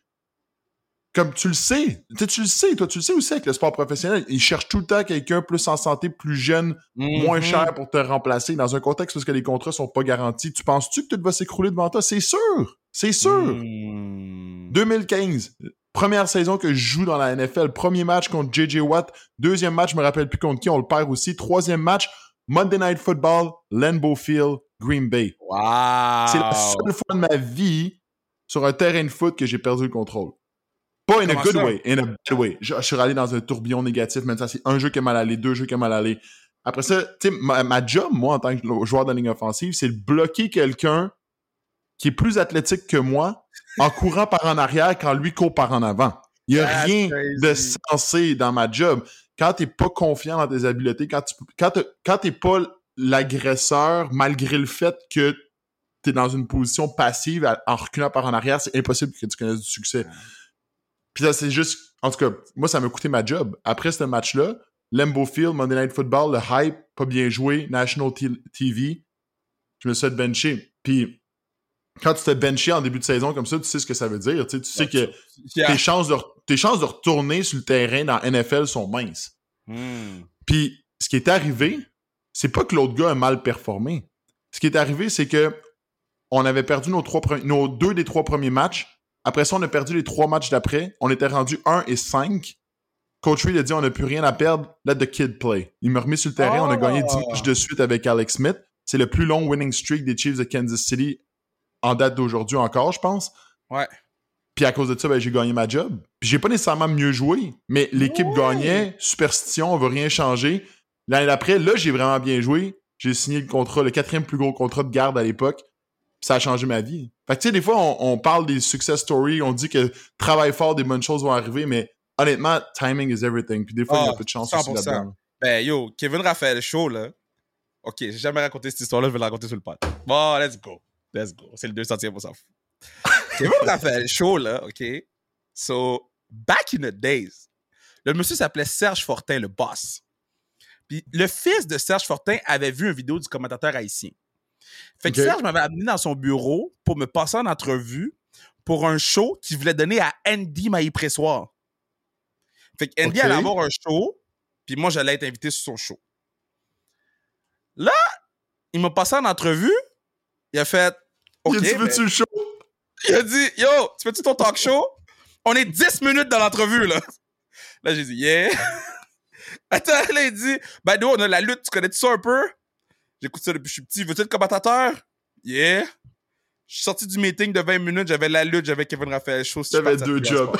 Comme tu le sais, tu, tu le sais, toi, tu le sais aussi avec le sport professionnel, ils cherchent tout le temps quelqu'un plus en santé, plus jeune, mm-hmm. moins cher pour te remplacer dans un contexte où les contrats sont pas garantis. Tu penses-tu que tout va s'écrouler devant toi? C'est sûr! C'est sûr! Mm. deux mille quinze, première saison que je joue dans la N F L, premier match contre J J Watt, deuxième match, je me rappelle plus contre qui, on le perd aussi, troisième match, Monday Night Football, Lambeau Field, Green Bay. Wow! C'est la seule fois de ma vie sur un terrain de foot que j'ai perdu le contrôle. Pas in a good ça? way, in a bad way. Je, je suis allé dans un tourbillon négatif, même ça, c'est un jeu qui est mal allé, deux jeux qui est mal allé. Après ça, tu sais, ma, ma job, moi, en tant que joueur de la ligne offensive, c'est de bloquer quelqu'un qui est plus athlétique que moi en courant par en arrière quand lui court par en avant. Il y a That's rien crazy. de sensé dans ma job. Quand t'es pas confiant dans tes habiletés, quand tu quand, quand t'es pas l'agresseur, malgré le fait que t'es dans une position passive en reculant par en arrière, c'est impossible que tu connaisses du succès. Puis ça, c'est juste... En tout cas, moi, ça m'a coûté ma job. Après ce match-là, Lambeau Field, Monday Night Football, le hype, pas bien joué, National T V, je me suis fait bencher. Puis quand tu te benché en début de saison comme ça, tu sais ce que ça veut dire. Tu sais, tu sais que yeah. tes, chances de, tes chances de retourner sur le terrain dans N F L sont minces. Mm. Puis ce qui est arrivé, c'est pas que l'autre gars a mal performé. Ce qui est arrivé, c'est que on avait perdu nos, trois, nos deux des trois premiers matchs. Après ça, on a perdu les trois matchs d'après. On était rendu un et cinq. Coach Reed a dit on n'a plus rien à perdre. Let the kid play. Il m'a remis sur le terrain. Oh. On a gagné dix matchs de suite avec Alex Smith. C'est le plus long winning streak des Chiefs de Kansas City en date d'aujourd'hui encore, je pense. Ouais. Puis à cause de ça, ben, j'ai gagné ma job. Puis j'ai pas nécessairement mieux joué, mais l'équipe ouais. gagnait. Superstition, on veut rien changer. L'année d'après, là, j'ai vraiment bien joué. J'ai signé le contrat, le quatrième plus gros contrat de garde à l'époque. Puis ça a changé ma vie. Fait que tu sais, des fois, on, on parle des success stories, on dit que travail fort, des bonnes choses vont arriver, mais honnêtement, timing is everything. Puis des fois, oh, il y a un peu de chance cent pour cent aussi là-dedans. Ben yo, Kevin Raphaël Show, là. OK, j'ai jamais raconté cette histoire-là, je vais la raconter sur le pod. Bon, let's go. Let's go. C'est le deux centième, on s'en fout. Kevin Raphaël Show, là, OK. So, back in the days, le monsieur s'appelait Serge Fortin, le boss. Puis le fils de Serge Fortin avait vu une vidéo du commentateur haïtien. Fait que okay. Serge m'avait amené dans son bureau pour me passer en entrevue pour un show qu'il voulait donner à Andy Maillé-Pressoir. Fait que Andy okay. allait avoir un show, puis moi, j'allais être invité sur son show. Là, il m'a passé en entrevue, il a fait... OK, il a dit, veux-tu le show? Il a dit, yo, tu fais-tu ton talk show? On est dix minutes dans l'entrevue, là. Là, j'ai dit, yeah. Attends, là, il dit, ben, nous, on a la lutte, tu connais-tu ça un peu? J'écoute ça depuis que je suis petit. Veux-tu être commentateur? Yeah. Je suis sorti du meeting de vingt minutes, j'avais la lutte, j'avais Kevin Raphaël Show. J'avais deux jobs.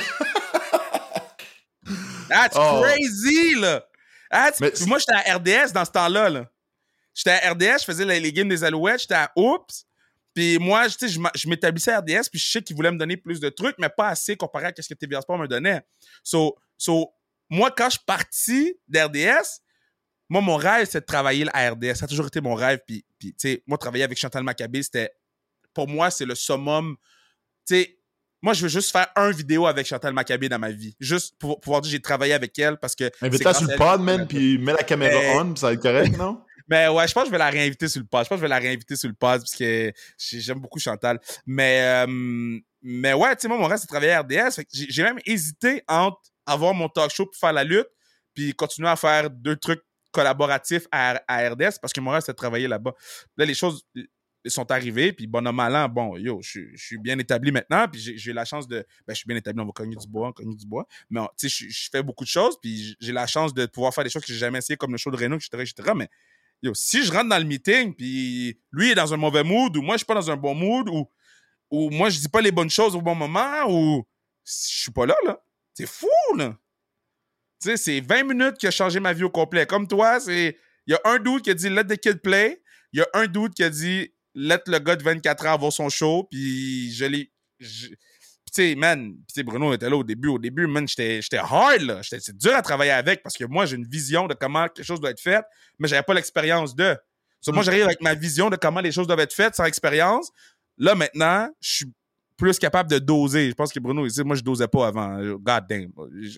That's oh. crazy, là. That's... Mais... Moi, j'étais à R D S dans ce temps-là, là. J'étais à R D S, je faisais les, les games des Alouettes, j'étais à Oops. Puis moi, je, je m'établissais à R D S, puis je sais qu'ils voulaient me donner plus de trucs, mais pas assez comparé à ce que T V A Sport me donnait. So, so moi, quand je suis parti d'R D S, moi, mon rêve, c'est de travailler à R D S. Ça a toujours été mon rêve. Puis, puis tu sais, moi, travailler avec Chantal Machabée, c'était... Pour moi, c'est le summum. Tu sais, moi, je veux juste faire un vidéo avec Chantal Machabée dans ma vie. Juste pour pouvoir dire que j'ai travaillé avec elle parce que... Invite-la sur le pod, man, puis mets la caméra Mais... on, puis ça va être correct, non? Mais ouais, je pense que je vais la réinviter sur le pod. Je pense que je vais la réinviter sur le pod parce que j'aime beaucoup Chantal. Mais, euh, mais ouais, tu sais, moi, mon rêve, c'est de travailler à R D S. Fait que j'ai, j'ai même hésité entre avoir mon talk show pour faire la lutte puis continuer à faire deux trucs collaboratifs à, à R D S parce que mon rêve, c'est de travailler là-bas. Là, les choses sont arrivées, puis bon an, mal an, bon, yo, je, je suis bien établi maintenant, puis j'ai, j'ai la chance de... Ben, je suis bien établi, on va cogner du bois, on cogne du bois, mais tu sais, je, je fais beaucoup de choses, puis j'ai la chance de pouvoir faire des choses que j'ai jamais essayé, comme le show de Reno, et cetera, et cetera, mais yo, si je rentre dans le meeting, puis lui est dans un mauvais mood, ou moi, je suis pas dans un bon mood, ou, ou moi, je dis pas les bonnes choses au bon moment, ou je suis pas là, là. C'est fou, là. Tu sais, c'est vingt minutes qui a changé ma vie au complet. Comme toi, c'est... Il y a un dude qui a dit « Let the kid play ». Il y a un dude qui a dit « Let le gars de vingt-quatre ans avoir son show ». Puis je l'ai... Je... Tu sais, man, tu sais, Bruno était là au début. Au début, man, j'étais, j'étais hard, là. J'étais, c'est dur à travailler avec parce que moi, j'ai une vision de comment quelque chose doit être fait, mais j'avais pas l'expérience de. So, mm. Moi, j'arrive avec ma vision de comment les choses doivent être faites sans expérience. Là, maintenant, je suis plus capable de doser. Je pense que Bruno, il dit, moi, je dosais pas avant. God damn. Tu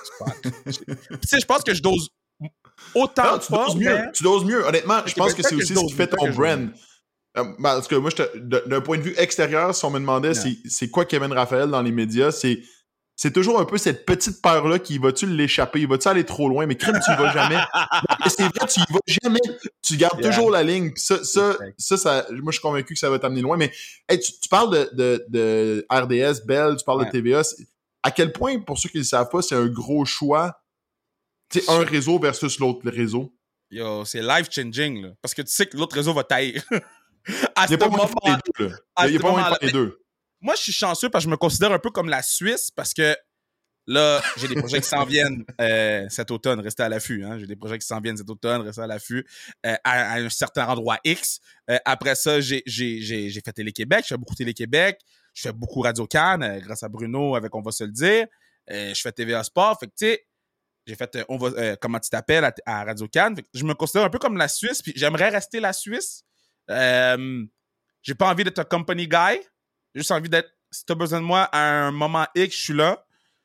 sais, je pense que je dose autant. Non, tu doses mieux. Mais... Tu doses mieux. Honnêtement, je pense que c'est aussi ce qui fait ton brand. Euh, parce que moi, d'un point de vue extérieur, si on me demandait c'est, c'est quoi Kevin Raphaël dans les médias, c'est, c'est toujours un peu cette petite peur-là qui va-tu l'échapper, va-tu aller trop loin, mais crime, tu y vas jamais. Mais c'est vrai, tu y vas jamais. Tu gardes yeah. toujours la ligne. Puis ça, ça, ça, ça, moi, je suis convaincu que ça va t'amener loin. Mais hey, tu, tu parles de, de, de R D S, Bell, tu parles ouais. de T V A. À quel point, pour ceux qui ne le savent pas, c'est un gros choix, tu sais, un réseau versus l'autre réseau? Yo, c'est life-changing, là. Parce que tu sais que l'autre réseau va tailler. À il n'y a pas moyen de faire les deux. Il n'y a pas moyen de faire les deux. Moi, je suis chanceux parce que je me considère un peu comme la Suisse parce que là, j'ai des projets qui s'en viennent euh, cet automne. Restez à l'affût. Hein? J'ai des projets qui s'en viennent cet automne. Restez à l'affût euh, à, à un certain endroit X. Euh, après ça, j'ai, j'ai, j'ai, j'ai fait Télé-Québec. Je fais beaucoup Télé-Québec. Je fais beaucoup Radio-Can euh, grâce à Bruno avec On va se le dire. Euh, je fais T V A Sport. Fait que, tu sais, j'ai fait euh, on va, euh, comment tu t'appelles à, à Radio-Can. Fait que je me considère un peu comme la Suisse. Puis j'aimerais rester la Suisse. Euh, j'ai pas envie d'être un company guy. J'ai juste envie d'être, si t'as besoin de moi à un moment X, je suis là.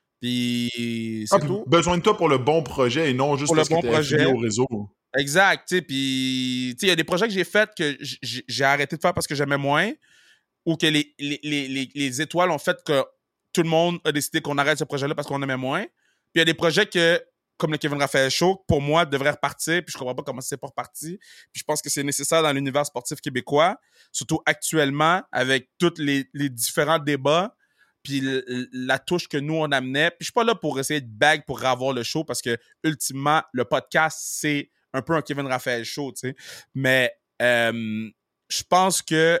Puis c'est ah, tout. Besoin de toi pour le bon projet et non juste pour parce le bon que t'es affilié au réseau. Exact. Tu sais, puis il y a des projets que j'ai faits que j'ai, j'ai arrêté de faire parce que j'aimais moins ou que les, les, les, les étoiles ont fait que tout le monde a décidé qu'on arrête ce projet-là parce qu'on aimait moins. Puis il y a des projets que comme le Kevin Raphaël Show, pour moi, devrait repartir, puis je comprends pas comment c'est pas reparti. Puis je pense que c'est nécessaire dans l'univers sportif québécois, surtout actuellement, avec tous les, les différents débats, puis l- la touche que nous, on amenait. Puis je suis pas là pour essayer de bag pour avoir le show, parce que, ultimement, le podcast, c'est un peu un Kevin Raphaël Show, tu sais. Mais euh, je pense que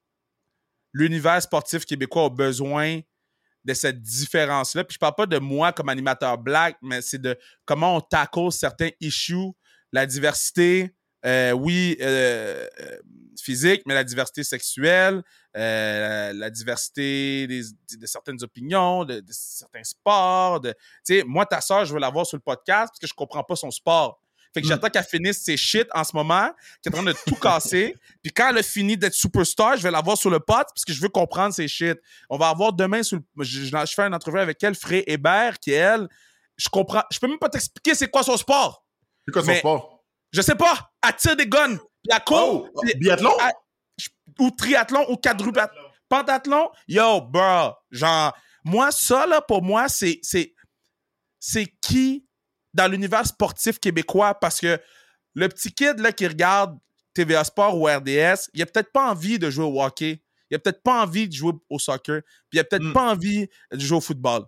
l'univers sportif québécois a besoin de cette différence-là. Puis je parle pas de moi comme animateur black, mais c'est de comment on tackle certains issues, la diversité, euh, oui, euh, physique, mais la diversité sexuelle, euh, la diversité des, de certaines opinions, de, de certains sports. Tu sais, moi, ta soeur, je veux la voir sur le podcast parce que je comprends pas son sport. Fait que j'attends qu'elle finisse ses shit en ce moment, qu'elle est en train de tout casser. Puis quand elle a fini d'être superstar, je vais la voir sur le pod parce que je veux comprendre ses shit. On va avoir demain sur le... je, je, je fais une entrevue avec elle, Fré Hébert, qui elle, je comprends, je peux même pas t'expliquer c'est quoi son sport. C'est quoi son mais, sport? Je sais pas. Elle tire des guns. Puis elle court. Oh, biathlon? Elle, ou triathlon ou quadrupathlon. Pentathlon. Yo, bro. Genre, moi, ça, là, pour moi, c'est, c'est, c'est qui dans l'univers sportif québécois, parce que le petit kid là, qui regarde T V A Sport ou R D S, il a peut-être pas envie de jouer au hockey, il a peut-être pas envie de jouer au soccer, puis il a peut-être mm. pas envie de jouer au football.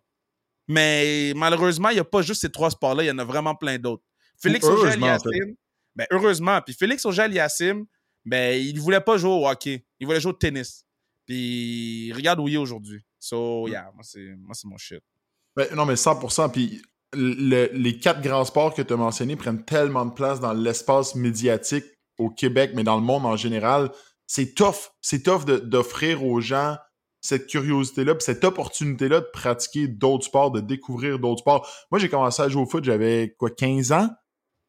Mais malheureusement, il n'y a pas juste ces trois sports-là, il y en a vraiment plein d'autres. Félix Auger-Aliassime, ben, heureusement, puis Félix Auger-Aliassime, ben, il ne voulait pas jouer au hockey, il voulait jouer au tennis. Puis regarde où il est aujourd'hui. So, mm. yeah, moi c'est, moi, c'est mon shit. Ben, non, mais cent pour cent, puis Le, les quatre grands sports que tu as mentionnés prennent tellement de place dans l'espace médiatique au Québec, mais dans le monde en général. C'est tough. C'est tough de, d'offrir aux gens cette curiosité-là, puis cette opportunité-là de pratiquer d'autres sports, de découvrir d'autres sports. Moi, j'ai commencé à jouer au foot, j'avais quoi, quinze ans?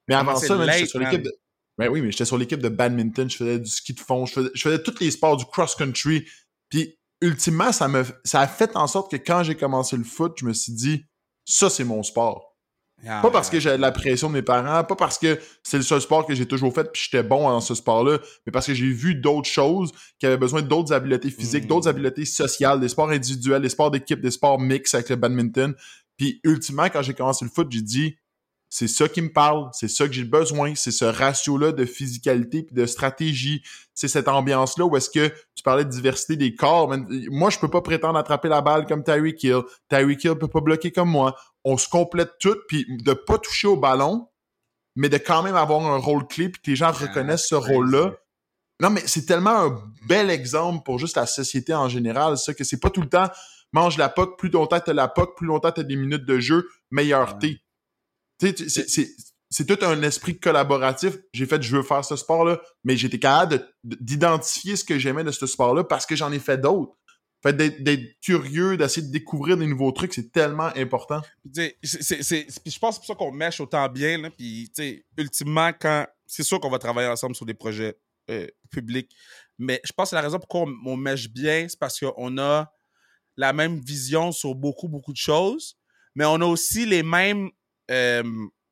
Mais avant ça, man, j'étais sur l'équipe de... Ben oui, mais j'étais sur l'équipe de badminton, je faisais du ski de fond, je faisais, je faisais tous les sports, du cross-country. Puis, ultimement, ça me, ça a fait en sorte que quand j'ai commencé le foot, je me suis dit, ça, c'est mon sport. Ah, pas parce que j'avais de la pression de mes parents, pas parce que c'est le seul sport que j'ai toujours fait puis j'étais bon dans ce sport-là, mais parce que j'ai vu d'autres choses qui avaient besoin d'autres habiletés physiques, mmh. d'autres habiletés sociales, des sports individuels, des sports d'équipe, des sports mix avec le badminton. Puis, ultimement, quand j'ai commencé le foot, j'ai dit, c'est ça qui me parle, c'est ça que j'ai besoin, c'est ce ratio-là de physicalité puis de stratégie, c'est cette ambiance-là où est-ce que tu parlais de diversité des corps. Man, moi, je peux pas prétendre attraper la balle comme Tyreek Hill. Tyreek Hill peut pas bloquer comme moi. On se complète tout, puis de pas toucher au ballon, mais de quand même avoir un rôle clé puis que les gens ah, reconnaissent ce crazy. Rôle-là. Non, mais c'est tellement un bel exemple pour juste la société en général, ça, que c'est pas tout le temps mange la puck, plus longtemps t'as la puck, plus longtemps t'as des minutes de jeu, meilleur ouais. t'es. Tu sais, c'est, c'est, c'est tout un esprit collaboratif. J'ai fait, je veux faire ce sport-là, mais j'étais capable de, d'identifier ce que j'aimais de ce sport-là parce que j'en ai fait d'autres. Fait d'être, d'être curieux, d'essayer de découvrir des nouveaux trucs, c'est tellement important. C'est, c'est, c'est, c'est, je pense que c'est pour ça qu'on mèche autant bien. Là, puis, ultimement, quand c'est sûr qu'on va travailler ensemble sur des projets euh, publics, mais je pense que la raison pourquoi on, on mèche bien, c'est parce qu'on a la même vision sur beaucoup, beaucoup de choses, mais on a aussi les mêmes Euh,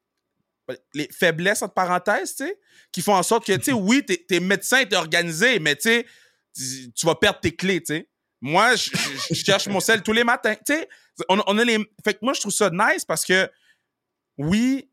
les faiblesses, entre parenthèses, tu sais, qui font en sorte que, tu sais, oui, t'es, t'es médecin, t'es organisé, mais tu sais, tu vas perdre tes clés, tu sais. Moi, je cherche mon sel tous les matins, tu sais. On, on a les... Fait que moi, je trouve ça nice parce que, oui,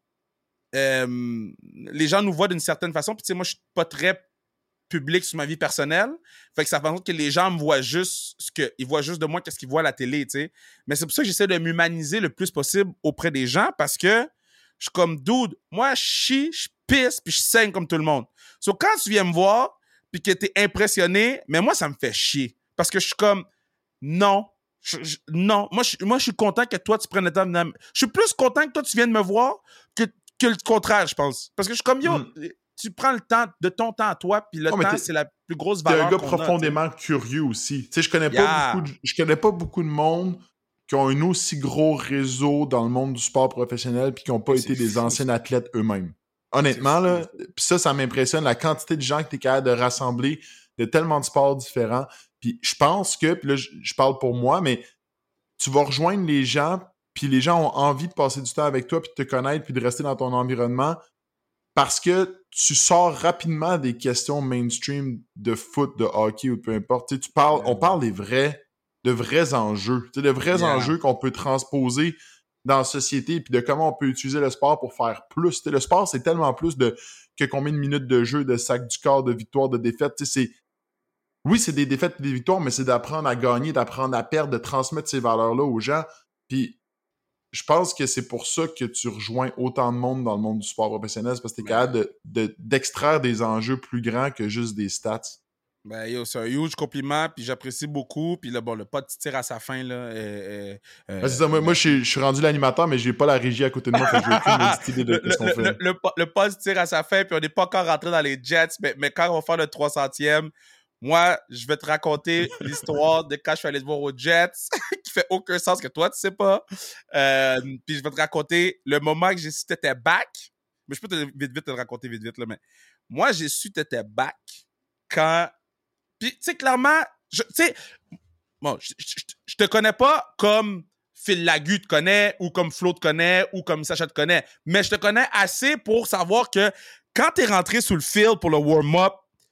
euh, les gens nous voient d'une certaine façon, puis tu sais, moi, je suis pas très public sur ma vie personnelle. Fait que ça fait en sorte que les gens me voient juste ce que, ils voient juste de moi qu'est-ce qu'ils voient à la télé, tu sais. Mais c'est pour ça que j'essaie de m'humaniser le plus possible auprès des gens parce que je suis comme, dude, moi, je chie, je pisse, puis je saigne comme tout le monde. So, quand tu viens me voir, puis que t'es impressionné, mais moi, ça me fait chier. Parce que je suis comme, non, je, je, non. Moi je, moi, je suis content que toi, tu prennes le temps de... Je suis plus content que toi, tu viennes me voir que, que le contraire, je pense. Parce que je suis comme, yo... Mm. Tu prends le temps de ton temps à toi, puis le oh, temps, c'est la plus grosse valeur. T'es un gars profondément a, curieux aussi. Tu sais, je connais yeah. pas beaucoup de, je connais pas beaucoup de monde qui ont un aussi gros réseau dans le monde du sport professionnel puis qui n'ont pas c'est été fou. Des anciens athlètes eux-mêmes. Honnêtement, là, puis ça, ça m'impressionne, la quantité de gens que t'es capable de rassembler de tellement de sports différents. Puis je pense que, puis là, je, je parle pour moi, mais tu vas rejoindre les gens, puis les gens ont envie de passer du temps avec toi, puis de te connaître, puis de rester dans ton environnement. Parce que tu sors rapidement des questions mainstream de foot, de hockey ou peu importe. Tu sais, tu parles, yeah. On parle des vrais, de vrais enjeux. Tu sais, de vrais yeah. enjeux qu'on peut transposer dans la société puis de comment on peut utiliser le sport pour faire plus. Tu sais, le sport, c'est tellement plus de que combien de minutes de jeu, de sac du corps, de victoire, de défaite. Tu sais, c'est... Oui, c'est des défaites et des victoires, mais c'est d'apprendre à gagner, d'apprendre à perdre, de transmettre ces valeurs-là aux gens. Puis je pense que c'est pour ça que tu rejoins autant de monde dans le monde du sport professionnel, c'est parce que tu es capable de, de, d'extraire des enjeux plus grands que juste des stats. Ben, yo, c'est un huge compliment, puis j'apprécie beaucoup. Puis là, bon, le pod tire à sa fin, là. Et, et, euh, ben, c'est ça, moi, ben, moi je suis rendu l'animateur, mais j'ai pas la régie à côté de moi, fait que j'ai aucune idée de le, ce qu'on le, fait. Le, le, le pod tire à sa fin, puis on n'est pas encore rentré dans les Jets, mais, mais quand on va faire le trois centième, moi, je vais te raconter l'histoire de quand je suis allé te voir aux Jets, qui fait aucun sens que toi, tu sais pas. Euh, puis je vais te raconter le moment que j'ai su que t'étais back. Mais je peux te vite, vite te le raconter vite, vite, là. Mais moi, j'ai su que t'étais back quand... Puis, tu sais, clairement, tu sais, bon, je, je, je te connais pas comme Phil Lagu te connaît, ou comme Flo te connaît, ou comme Sacha te connaît. Mais je te connais assez pour savoir que quand t'es rentré sous le field pour le warm-up,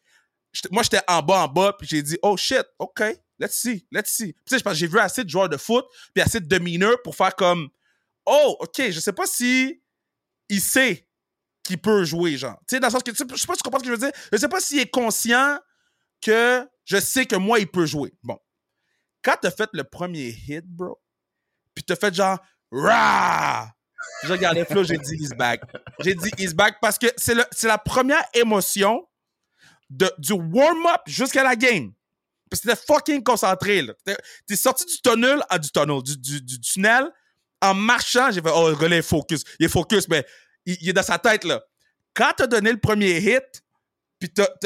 moi, j'étais en bas, en bas, puis j'ai dit, oh shit, OK, let's see, let's see. Tu sais, je pense que j'ai vu assez de joueurs de foot, puis assez de domineurs pour faire comme, oh, OK, je sais pas si il sait qu'il peut jouer, genre. Tu sais, dans le sens que, je sais pas si tu comprends ce que je veux dire. Je sais pas s'il est conscient que je sais que moi, il peut jouer. Bon. Quand t'as fait le premier hit, bro, puis t'as fait genre, rah! J'ai regardé Flo, j'ai dit, he's back. J'ai dit, he's back parce que c'est, le, c'est la première émotion de, du warm-up jusqu'à la game. Parce que t'étais fucking concentré, là. T'es, t'es sorti du tunnel, ah, du tunnel, du, du, du tunnel, en marchant, j'ai fait, oh, le gars, il est focus. Il est focus, mais il, il est dans sa tête, là. Quand t'as donné le premier hit, puis t'as, t'as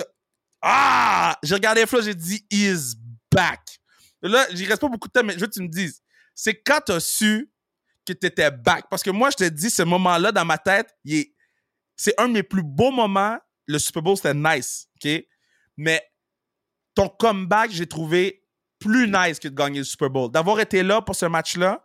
ah! J'ai regardé Flo, j'ai dit, he's back. Là, j'y reste pas beaucoup de temps, mais je veux que tu me dises, c'est quand t'as su que t'étais back. Parce que moi, je te dis, ce moment-là, dans ma tête, il est, c'est un de mes plus beaux moments. Le Super Bowl, c'était nice, OK? Mais ton comeback, j'ai trouvé plus nice que de gagner le Super Bowl. D'avoir été là pour ce match-là,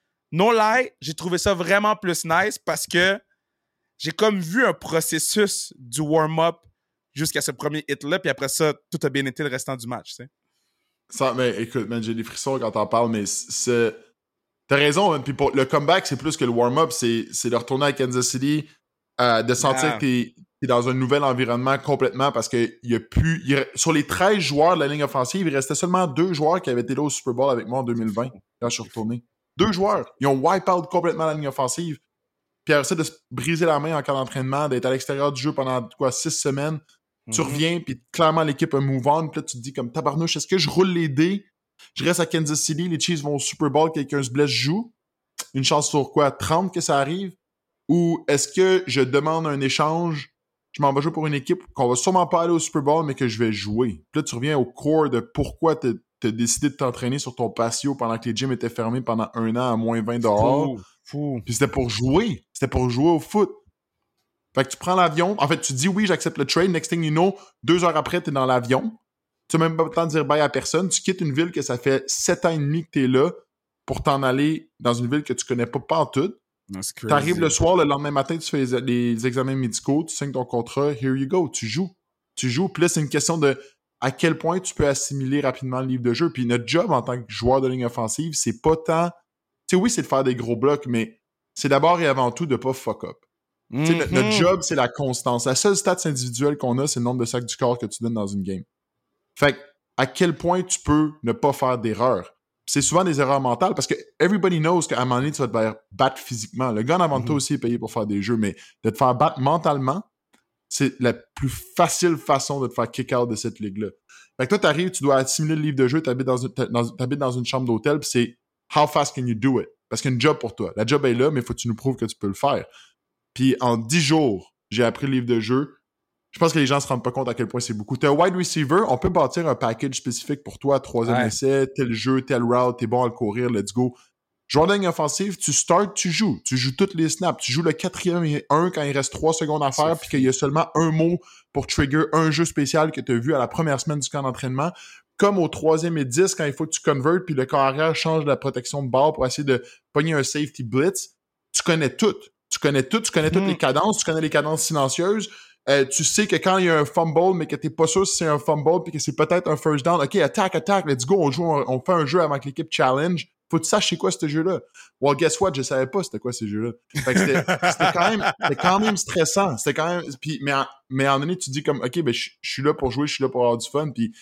no lie, j'ai trouvé ça vraiment plus nice parce que j'ai comme vu un processus du warm-up jusqu'à ce premier hit-là, puis après ça, tout a bien été le restant du match, tu sais. Ça, mais écoute, man, j'ai des frissons quand t'en parles, mais c'est... T'as raison, hein, puis pour le comeback, c'est plus que le warm-up, c'est, c'est de retourner à Kansas City, euh, de sentir yeah. que t'es, t'es dans un nouvel environnement complètement parce que il y a plus... Y a, sur les treize joueurs de la ligne offensive, il restait seulement deux joueurs qui avaient été là au Super Bowl avec moi en deux mille vingt, quand je suis retourné. Deux joueurs. Ils ont wipe out complètement la ligne offensive. Puis après ça, de se briser la main en cas d'entraînement, d'être à l'extérieur du jeu pendant quoi, six semaines. Mm-hmm. Tu reviens, puis clairement, l'équipe a move on. Puis là, tu te dis comme tabarnouche, est-ce que je roule les dés? Je reste à Kansas City, les Chiefs vont au Super Bowl, quelqu'un se blesse, joue. Une chance sur quoi? trente que ça arrive? Ou est-ce que je demande un échange, je m'en vais jouer pour une équipe qu'on va sûrement pas aller au Super Bowl, mais que je vais jouer? Puis là, tu reviens au core de pourquoi t'as, t'as décidé de t'entraîner sur ton patio pendant que les gyms étaient fermés pendant un an à moins vingt dehors. Fou, fou. Puis c'était pour jouer. C'était pour jouer au foot. Fait que tu prends l'avion. En fait, tu dis oui, j'accepte le trade. Next thing you know, deux heures après, t'es dans l'avion. Tu n'as même pas le temps de dire bye à personne. Tu quittes une ville que ça fait sept ans et demi que t'es là pour t'en aller dans une ville que tu connais pas, pas en tout. T'arrives le soir, le lendemain matin, tu fais les, les examens médicaux, tu signes ton contrat, here you go, tu joues. Tu joues. Puis là, c'est une question de à quel point tu peux assimiler rapidement le livre de jeu. Puis notre job en tant que joueur de ligne offensive, c'est pas tant... Tu sais, oui, c'est de faire des gros blocs, mais c'est d'abord et avant tout de pas fuck up. Mm-hmm. Tu sais, notre, notre job, c'est la constance. La seule stats individuelle qu'on a, c'est le nombre de sacs du corps que tu donnes dans une game. Fait que, à quel point tu peux ne pas faire d'erreurs. C'est souvent des erreurs mentales parce que everybody knows qu'à un moment donné, tu vas te faire battre physiquement. Le gars en avant de toi aussi est payé pour faire des jeux, mais de te faire battre mentalement, c'est la plus facile façon de te faire kick out de cette ligue-là. Fait que toi, t'arrives, tu dois assimiler le livre de jeu, t'habites dans une, t'habites dans une chambre d'hôtel, puis c'est how fast can you do it? Parce qu'il y a une job pour toi. La job est là, mais il faut que tu nous prouves que tu peux le faire. Puis en dix jours, j'ai appris le livre de jeu. Je pense que les gens se rendent pas compte à quel point c'est beaucoup. T'es un wide receiver, on peut bâtir un package spécifique pour toi, troisième ouais. essai, tel jeu, tel route, t'es bon à le courir, let's go. Joueur de ligne offensive, tu starts, tu joues. Tu joues toutes les snaps. Tu joues le quatrième et un quand il reste trois secondes à faire puis qu'il y a seulement un mot pour trigger un jeu spécial que tu as vu à la première semaine du camp d'entraînement. Comme au troisième et dix quand il faut que tu convertes puis le corps arrière change la protection de barre pour essayer de pogner un safety blitz. Tu connais tout. Tu connais tout. Tu connais mmh. toutes les cadences. Tu connais les cadences silencieuses. Euh, tu sais que quand il y a un fumble, mais que t'es pas sûr si c'est un fumble puis que c'est peut-être un first down, OK, attack, attack, let's go, on joue, on, on fait un jeu avant que l'équipe challenge. Faut que tu saches c'est quoi ce jeu-là. Well, guess what? Je savais pas c'était quoi ces jeux-là. Fait que c'était, c'était quand même, c'était quand même stressant. C'était quand même, puis, mais, en, mais en donné, tu dis comme, OK, ben, je suis là pour jouer, je suis là pour avoir du fun, puis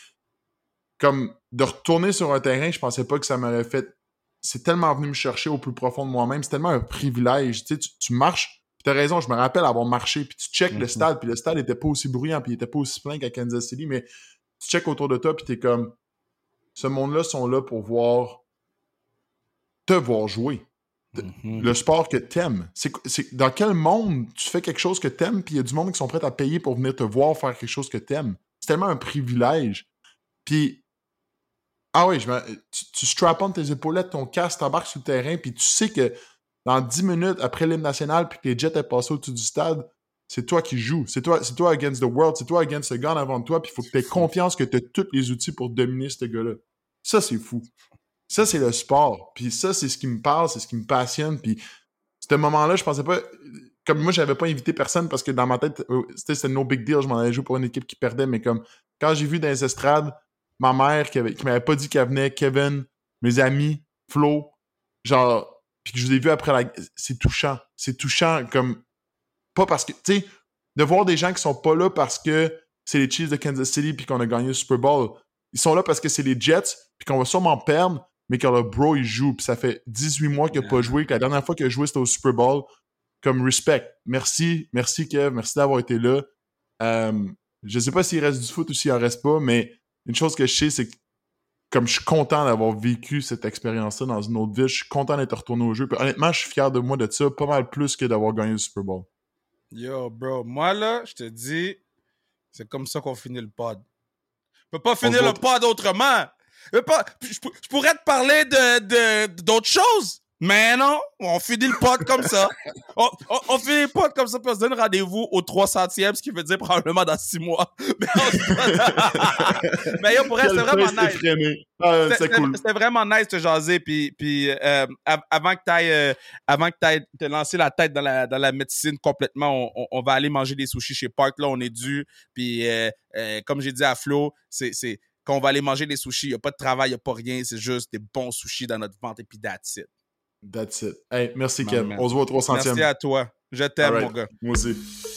comme, de retourner sur un terrain, je pensais pas que ça m'aurait fait, c'est tellement venu me chercher au plus profond de moi-même, c'est tellement un privilège, tu sais, tu, tu marches. Puis t'as raison, je me rappelle avoir marché, puis tu checkes mm-hmm. le stade, puis le stade était pas aussi bruyant, puis il était pas aussi plein qu'à Kansas City, mais tu checkes autour de toi, puis t'es comme, ce monde-là sont là pour voir, te voir jouer. Mm-hmm. Le sport que t'aimes. C'est, c'est, dans quel monde tu fais quelque chose que t'aimes, puis il y a du monde qui sont prêts à payer pour venir te voir faire quelque chose que t'aimes. C'est tellement un privilège. Puis, ah oui, je me, tu, tu strap-on tes épaulettes, ton casque, t'embarques sur le terrain, puis tu sais que dans dix minutes après l'hymne national puis que les Jets aient passé au-dessus du stade, c'est toi qui joues. C'est toi, c'est toi against the world. C'est toi against le gars en avant de toi. Puis il faut que tu aies confiance que tu as tous les outils pour dominer ce gars-là. Ça, c'est fou. Ça, c'est le sport. Puis ça, c'est ce qui me parle, c'est ce qui me passionne. Puis ce moment-là, je pensais pas... Comme moi, j'avais pas invité personne parce que dans ma tête, c'était, c'était no big deal. Je m'en allais jouer pour une équipe qui perdait. Mais comme quand j'ai vu dans les estrades ma mère qui, avait, qui m'avait pas dit qu'elle venait, Kevin, mes amis, Flo, genre... Puis que je l'ai vu après la... C'est touchant. C'est touchant comme... Pas parce que... Tu sais, de voir des gens qui sont pas là parce que c'est les Chiefs de Kansas City puis qu'on a gagné le Super Bowl. Ils sont là parce que c'est les Jets puis qu'on va sûrement perdre, mais que le bro, il joue. Puis ça fait dix-huit mois qu'il a pas joué. Que la dernière fois qu'il a joué, c'était au Super Bowl. Comme respect. Merci. Merci, Kev. Merci d'avoir été là. Euh, je sais pas s'il reste du foot ou s'il en reste pas, mais une chose que je sais, c'est que comme je suis content d'avoir vécu cette expérience-là dans une autre ville, je suis content d'être retourné au jeu. Puis honnêtement, je suis fier de moi de ça, pas mal plus que d'avoir gagné le Super Bowl. Yo, bro, moi là, je te dis, c'est comme ça qu'on finit le pod. Je peux pas finir le pod autrement. Je, pas, je, je pourrais te parler de, de, d'autres choses. Mais non, on finit le pod comme ça. On, on, on finit le pod comme ça, puis on se donne rendez-vous au trois centième, ce qui veut dire probablement dans six mois. Mais, on se... Mais yo, pour elle, c'était vraiment nice. Ah, c'est c'était, cool. C'était vraiment nice de jaser, puis, puis euh, avant que t'ailles, euh, avant que t'ailles te lancer la tête dans la, dans la médecine complètement, on, on va aller manger des sushis chez Park, là, on est dû, puis euh, euh, comme j'ai dit à Flo, c'est... c'est quand on va aller manger des sushis, il n'y a pas de travail, il n'y a pas rien, c'est juste des bons sushis dans notre ventre, et puis that's it. That's it. Hey, merci, My Ken. man. On se voit au trois centième. Merci à toi. Je t'aime, right. mon gars. Moi aussi.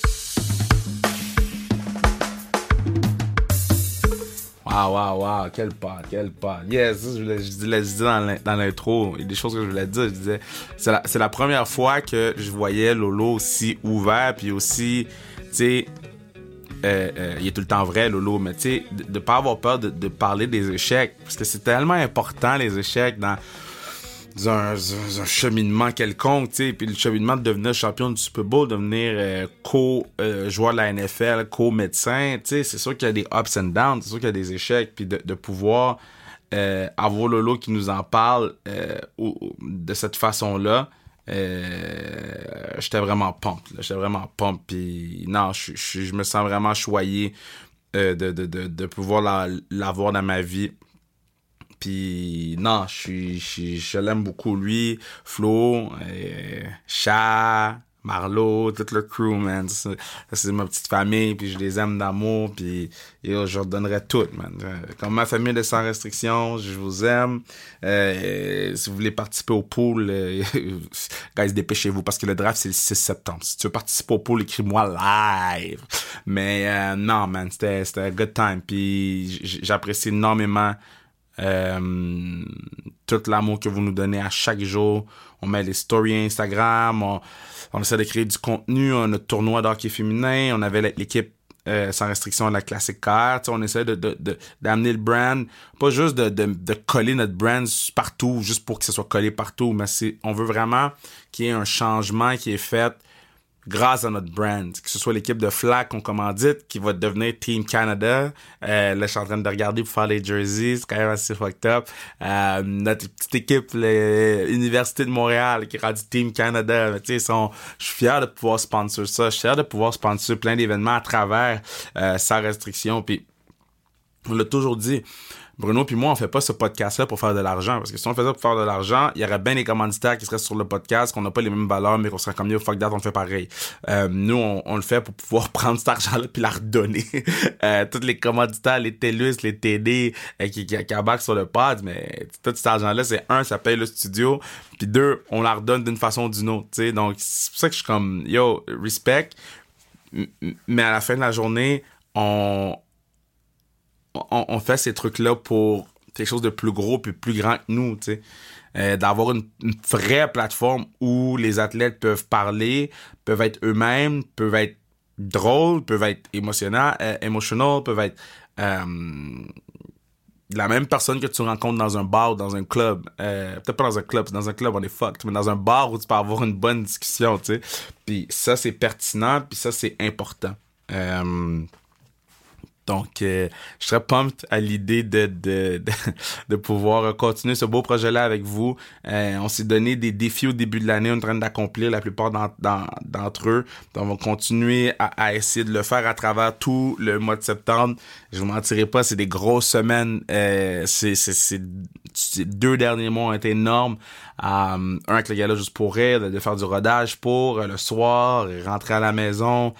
Wow, wow, wow. Quel pas, quel pas. Yes, ça, je, voulais, je, disais, je disais dans, dans l'intro, il y a des choses que je voulais dire. Je disais, c'est la, c'est la première fois que je voyais Lolo aussi ouvert, puis aussi, tu sais, euh, euh, il est tout le temps vrai, Lolo, mais tu sais, de ne pas avoir peur de, de parler des échecs, parce que c'est tellement important, les échecs, dans... Dans un, dans un cheminement quelconque, tu sais, puis le cheminement de devenir champion du Super Bowl, devenir euh, co-joueur euh, de la N F L, co-médecin, tu sais, c'est sûr qu'il y a des ups and downs, c'est sûr qu'il y a des échecs, puis de, de pouvoir euh, avoir Lolo qui nous en parle euh, ou, ou, de cette façon-là, euh, j'étais vraiment pumped, là, j'étais vraiment pumped, puis non, je, je, je me sens vraiment choyé euh, de, de, de, de pouvoir la, l'avoir dans ma vie. Puis non, je suis, je, je l'aime beaucoup, lui, Flo, euh, Chat, Marlo, tout le crew, man. Ça, ça, c'est ma petite famille, puis je les aime d'amour, puis yo, je leur donnerais tout, man. Comme ma famille de Sans Restriction, je vous aime. Euh, si vous voulez participer au pool, euh, guys, dépêchez-vous, parce que le draft, c'est le six septembre. Si tu veux participer au pool, écris-moi live. Mais euh, non, man, c'était, c'était un good time, puis j'apprécie énormément Euh, tout l'amour que vous nous donnez à chaque jour. On met les stories Instagram, on, on essaie de créer du contenu, on a notre tournoi d'hockey féminin, on avait l'équipe euh, Sans Restriction de la Classique K R, on essaie de, de, de, d'amener le brand, pas juste de, de, de coller notre brand partout, juste pour que ce soit collé partout, mais c'est, on veut vraiment qu'il y ait un changement qui est fait grâce à notre brand, que ce soit l'équipe de Flac qu'on commandite, qui va devenir Team Canada. Euh, là, je suis en train de regarder pour faire les jerseys, c'est quand même assez fucked up. Euh, notre petite équipe, l'Université de Montréal, qui est rendue Team Canada. Tu sais, sont, je suis fier de pouvoir sponsor ça. Je suis fier de pouvoir sponsor plein d'événements à travers euh, Sans Restriction. Puis, on l'a toujours dit, Bruno puis moi, on fait pas ce podcast-là pour faire de l'argent. Parce que si on le faisait pour faire de l'argent, il y aurait bien des commanditaires qui seraient sur le podcast, qu'on n'a pas les mêmes valeurs, mais qu'on serait comme yo, fuck that, on le fait pareil. Euh, nous, on, on le fait pour pouvoir prendre cet argent-là puis la redonner. euh, tous les commanditaires, les TELUS, les T D, euh, qui, qui, qui embarquent sur le pod, mais tout cet argent-là, c'est un, ça paye le studio, puis deux, on la redonne d'une façon ou d'une autre, tu sais. Donc, c'est pour ça que je suis comme, yo, respect, mais à la fin de la journée, on... On, on fait ces trucs-là pour quelque chose de plus gros puis plus grand que nous, tu sais. Euh, d'avoir une, une vraie plateforme où les athlètes peuvent parler, peuvent être eux-mêmes, peuvent être drôles, peuvent être émotionnels, euh, emotional, peuvent être euh, la même personne que tu rencontres dans un bar ou dans un club. Euh, peut-être pas dans un club, dans un club on est fucked, mais dans un bar où tu peux avoir une bonne discussion, tu sais. Puis ça, c'est pertinent, puis ça, c'est important. Euh... Donc, euh, je serais pumped à l'idée de, de, de, de pouvoir continuer ce beau projet-là avec vous. Euh, on s'est donné des défis au début de l'année, on est en train d'accomplir la plupart d'en, d'en, d'entre eux. Donc, on va continuer à, à essayer de le faire à travers tout le mois de septembre. Je vous mentirai pas, c'est des grosses semaines. Euh, c'est, c'est, c'est, ces deux derniers mois ont été énormes. Euh, un avec le gala juste pour rire, de, de faire du rodage pour euh, le soir, rentrer à la maison.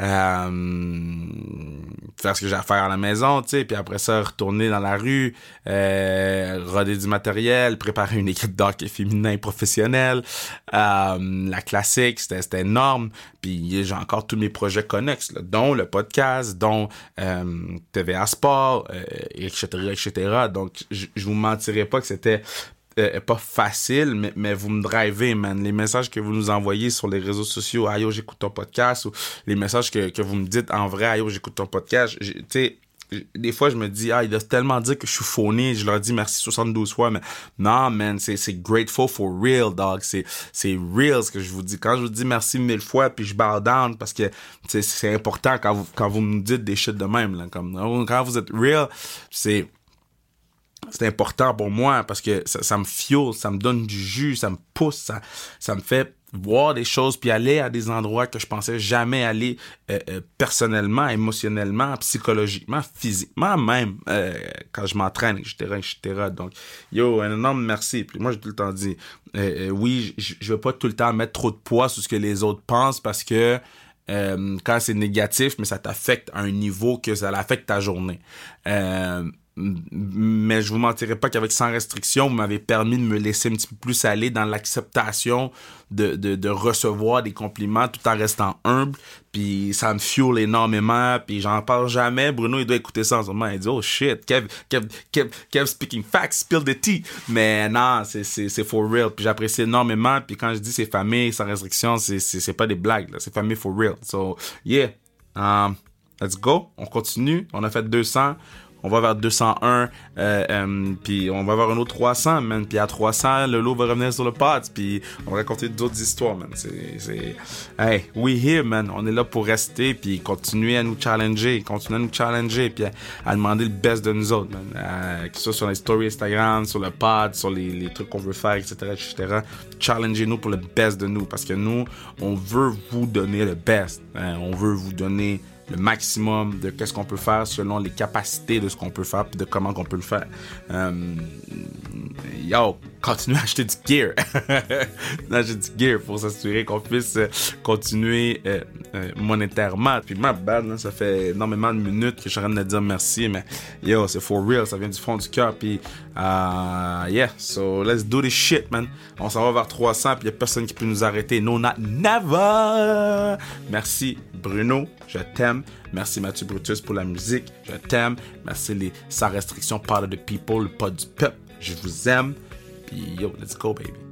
Euh, faire ce que j'ai à faire à la maison, tu sais, puis après ça, retourner dans la rue, euh, roder du matériel, préparer une équipe d'hockey féminin professionnelle, euh, la classique, c'était, c'était énorme, puis j'ai encore tous mes projets connexes, là, dont le podcast, dont euh, T V A Sport, euh, et cetera, et cetera. Donc, je vous mentirai pas que c'était Euh, pas facile, mais, mais vous me drivez, man. Les messages que vous nous envoyez sur les réseaux sociaux, ah yo, j'écoute ton podcast, ou les messages que, que vous me dites en vrai, ah yo, j'écoute ton podcast, tu sais, des fois, je me dis, ah, il doit tellement dire que je suis phoné, je leur dis merci soixante-douze fois, mais non, man, c'est, c'est grateful for real, dog, c'est, c'est real ce que je vous dis. Quand je vous dis merci mille fois, puis je bow down, parce que c'est, c'est important quand vous, quand vous me dites des shit de même, là, comme, quand vous êtes real, c'est, c'est important pour moi parce que ça, ça me fuel, ça me donne du jus, ça me pousse, ça, ça me fait voir des choses puis aller à des endroits que je pensais jamais aller euh, euh, personnellement, émotionnellement, psychologiquement, physiquement même euh, quand je m'entraîne, et cetera, et cetera. Donc, yo, un énorme merci. Puis moi, j'ai tout le temps dit, euh, euh, oui, je, je veux pas tout le temps mettre trop de poids sur ce que les autres pensent parce que euh, quand c'est négatif, mais ça t'affecte à un niveau que ça affecte ta journée. Euh, mais je vous mentirai pas qu'avec Sans Restriction, vous m'avez permis de me laisser un petit peu plus aller dans l'acceptation de, de, de recevoir des compliments tout en restant humble, puis ça me fuel énormément, puis j'en parle jamais. Bruno, il doit écouter ça en ce moment, il dit « Oh shit, Kev, Kev, Kev, Kev speaking facts, spill the tea », mais non, c'est, c'est, c'est for real, puis j'apprécie énormément, puis quand je dis c'est famille Sans Restriction, c'est, c'est, c'est pas des blagues, là. C'est famille for real, so yeah, um, let's go, on continue, on a fait deux cents, on va vers deux cent un, euh, euh, puis on va vers un autre trois cents, man. Puis à trois cents, le lot va revenir sur le pod, puis on va raconter d'autres histoires, man. C'est, c'est... Hey, we here, man. On est là pour rester, puis continuer à nous challenger, continuer à nous challenger, puis à, à demander le best de nous autres, man. Euh, que ce soit sur les stories Instagram, sur le pod, sur les, les trucs qu'on veut faire, et cetera, et cetera. Challengez-nous pour le best de nous, parce que nous, on veut vous donner le best. Hein? On veut vous donner le maximum de qu'est-ce qu'on peut faire selon les capacités de ce qu'on peut faire puis de comment qu'on peut le faire. Um, yo, continuez à acheter du gear. Acheter du gear pour s'assurer qu'on puisse continuer euh, euh, monétairement. Puis ma bad, là, ça fait énormément de minutes que je suis en train de dire merci, mais yo, c'est for real, ça vient du fond du cœur. Puis uh, yeah, so let's do this shit, man. On s'en va vers trois cents, puis il n'y a personne qui peut nous arrêter. No, not never. Merci Bruno, je t'aime. Merci Mathieu Brutus pour la musique, je t'aime. Merci les Sans Restriction, Part of the People, le pod du peuple, je vous aime. Puis yo, let's go baby.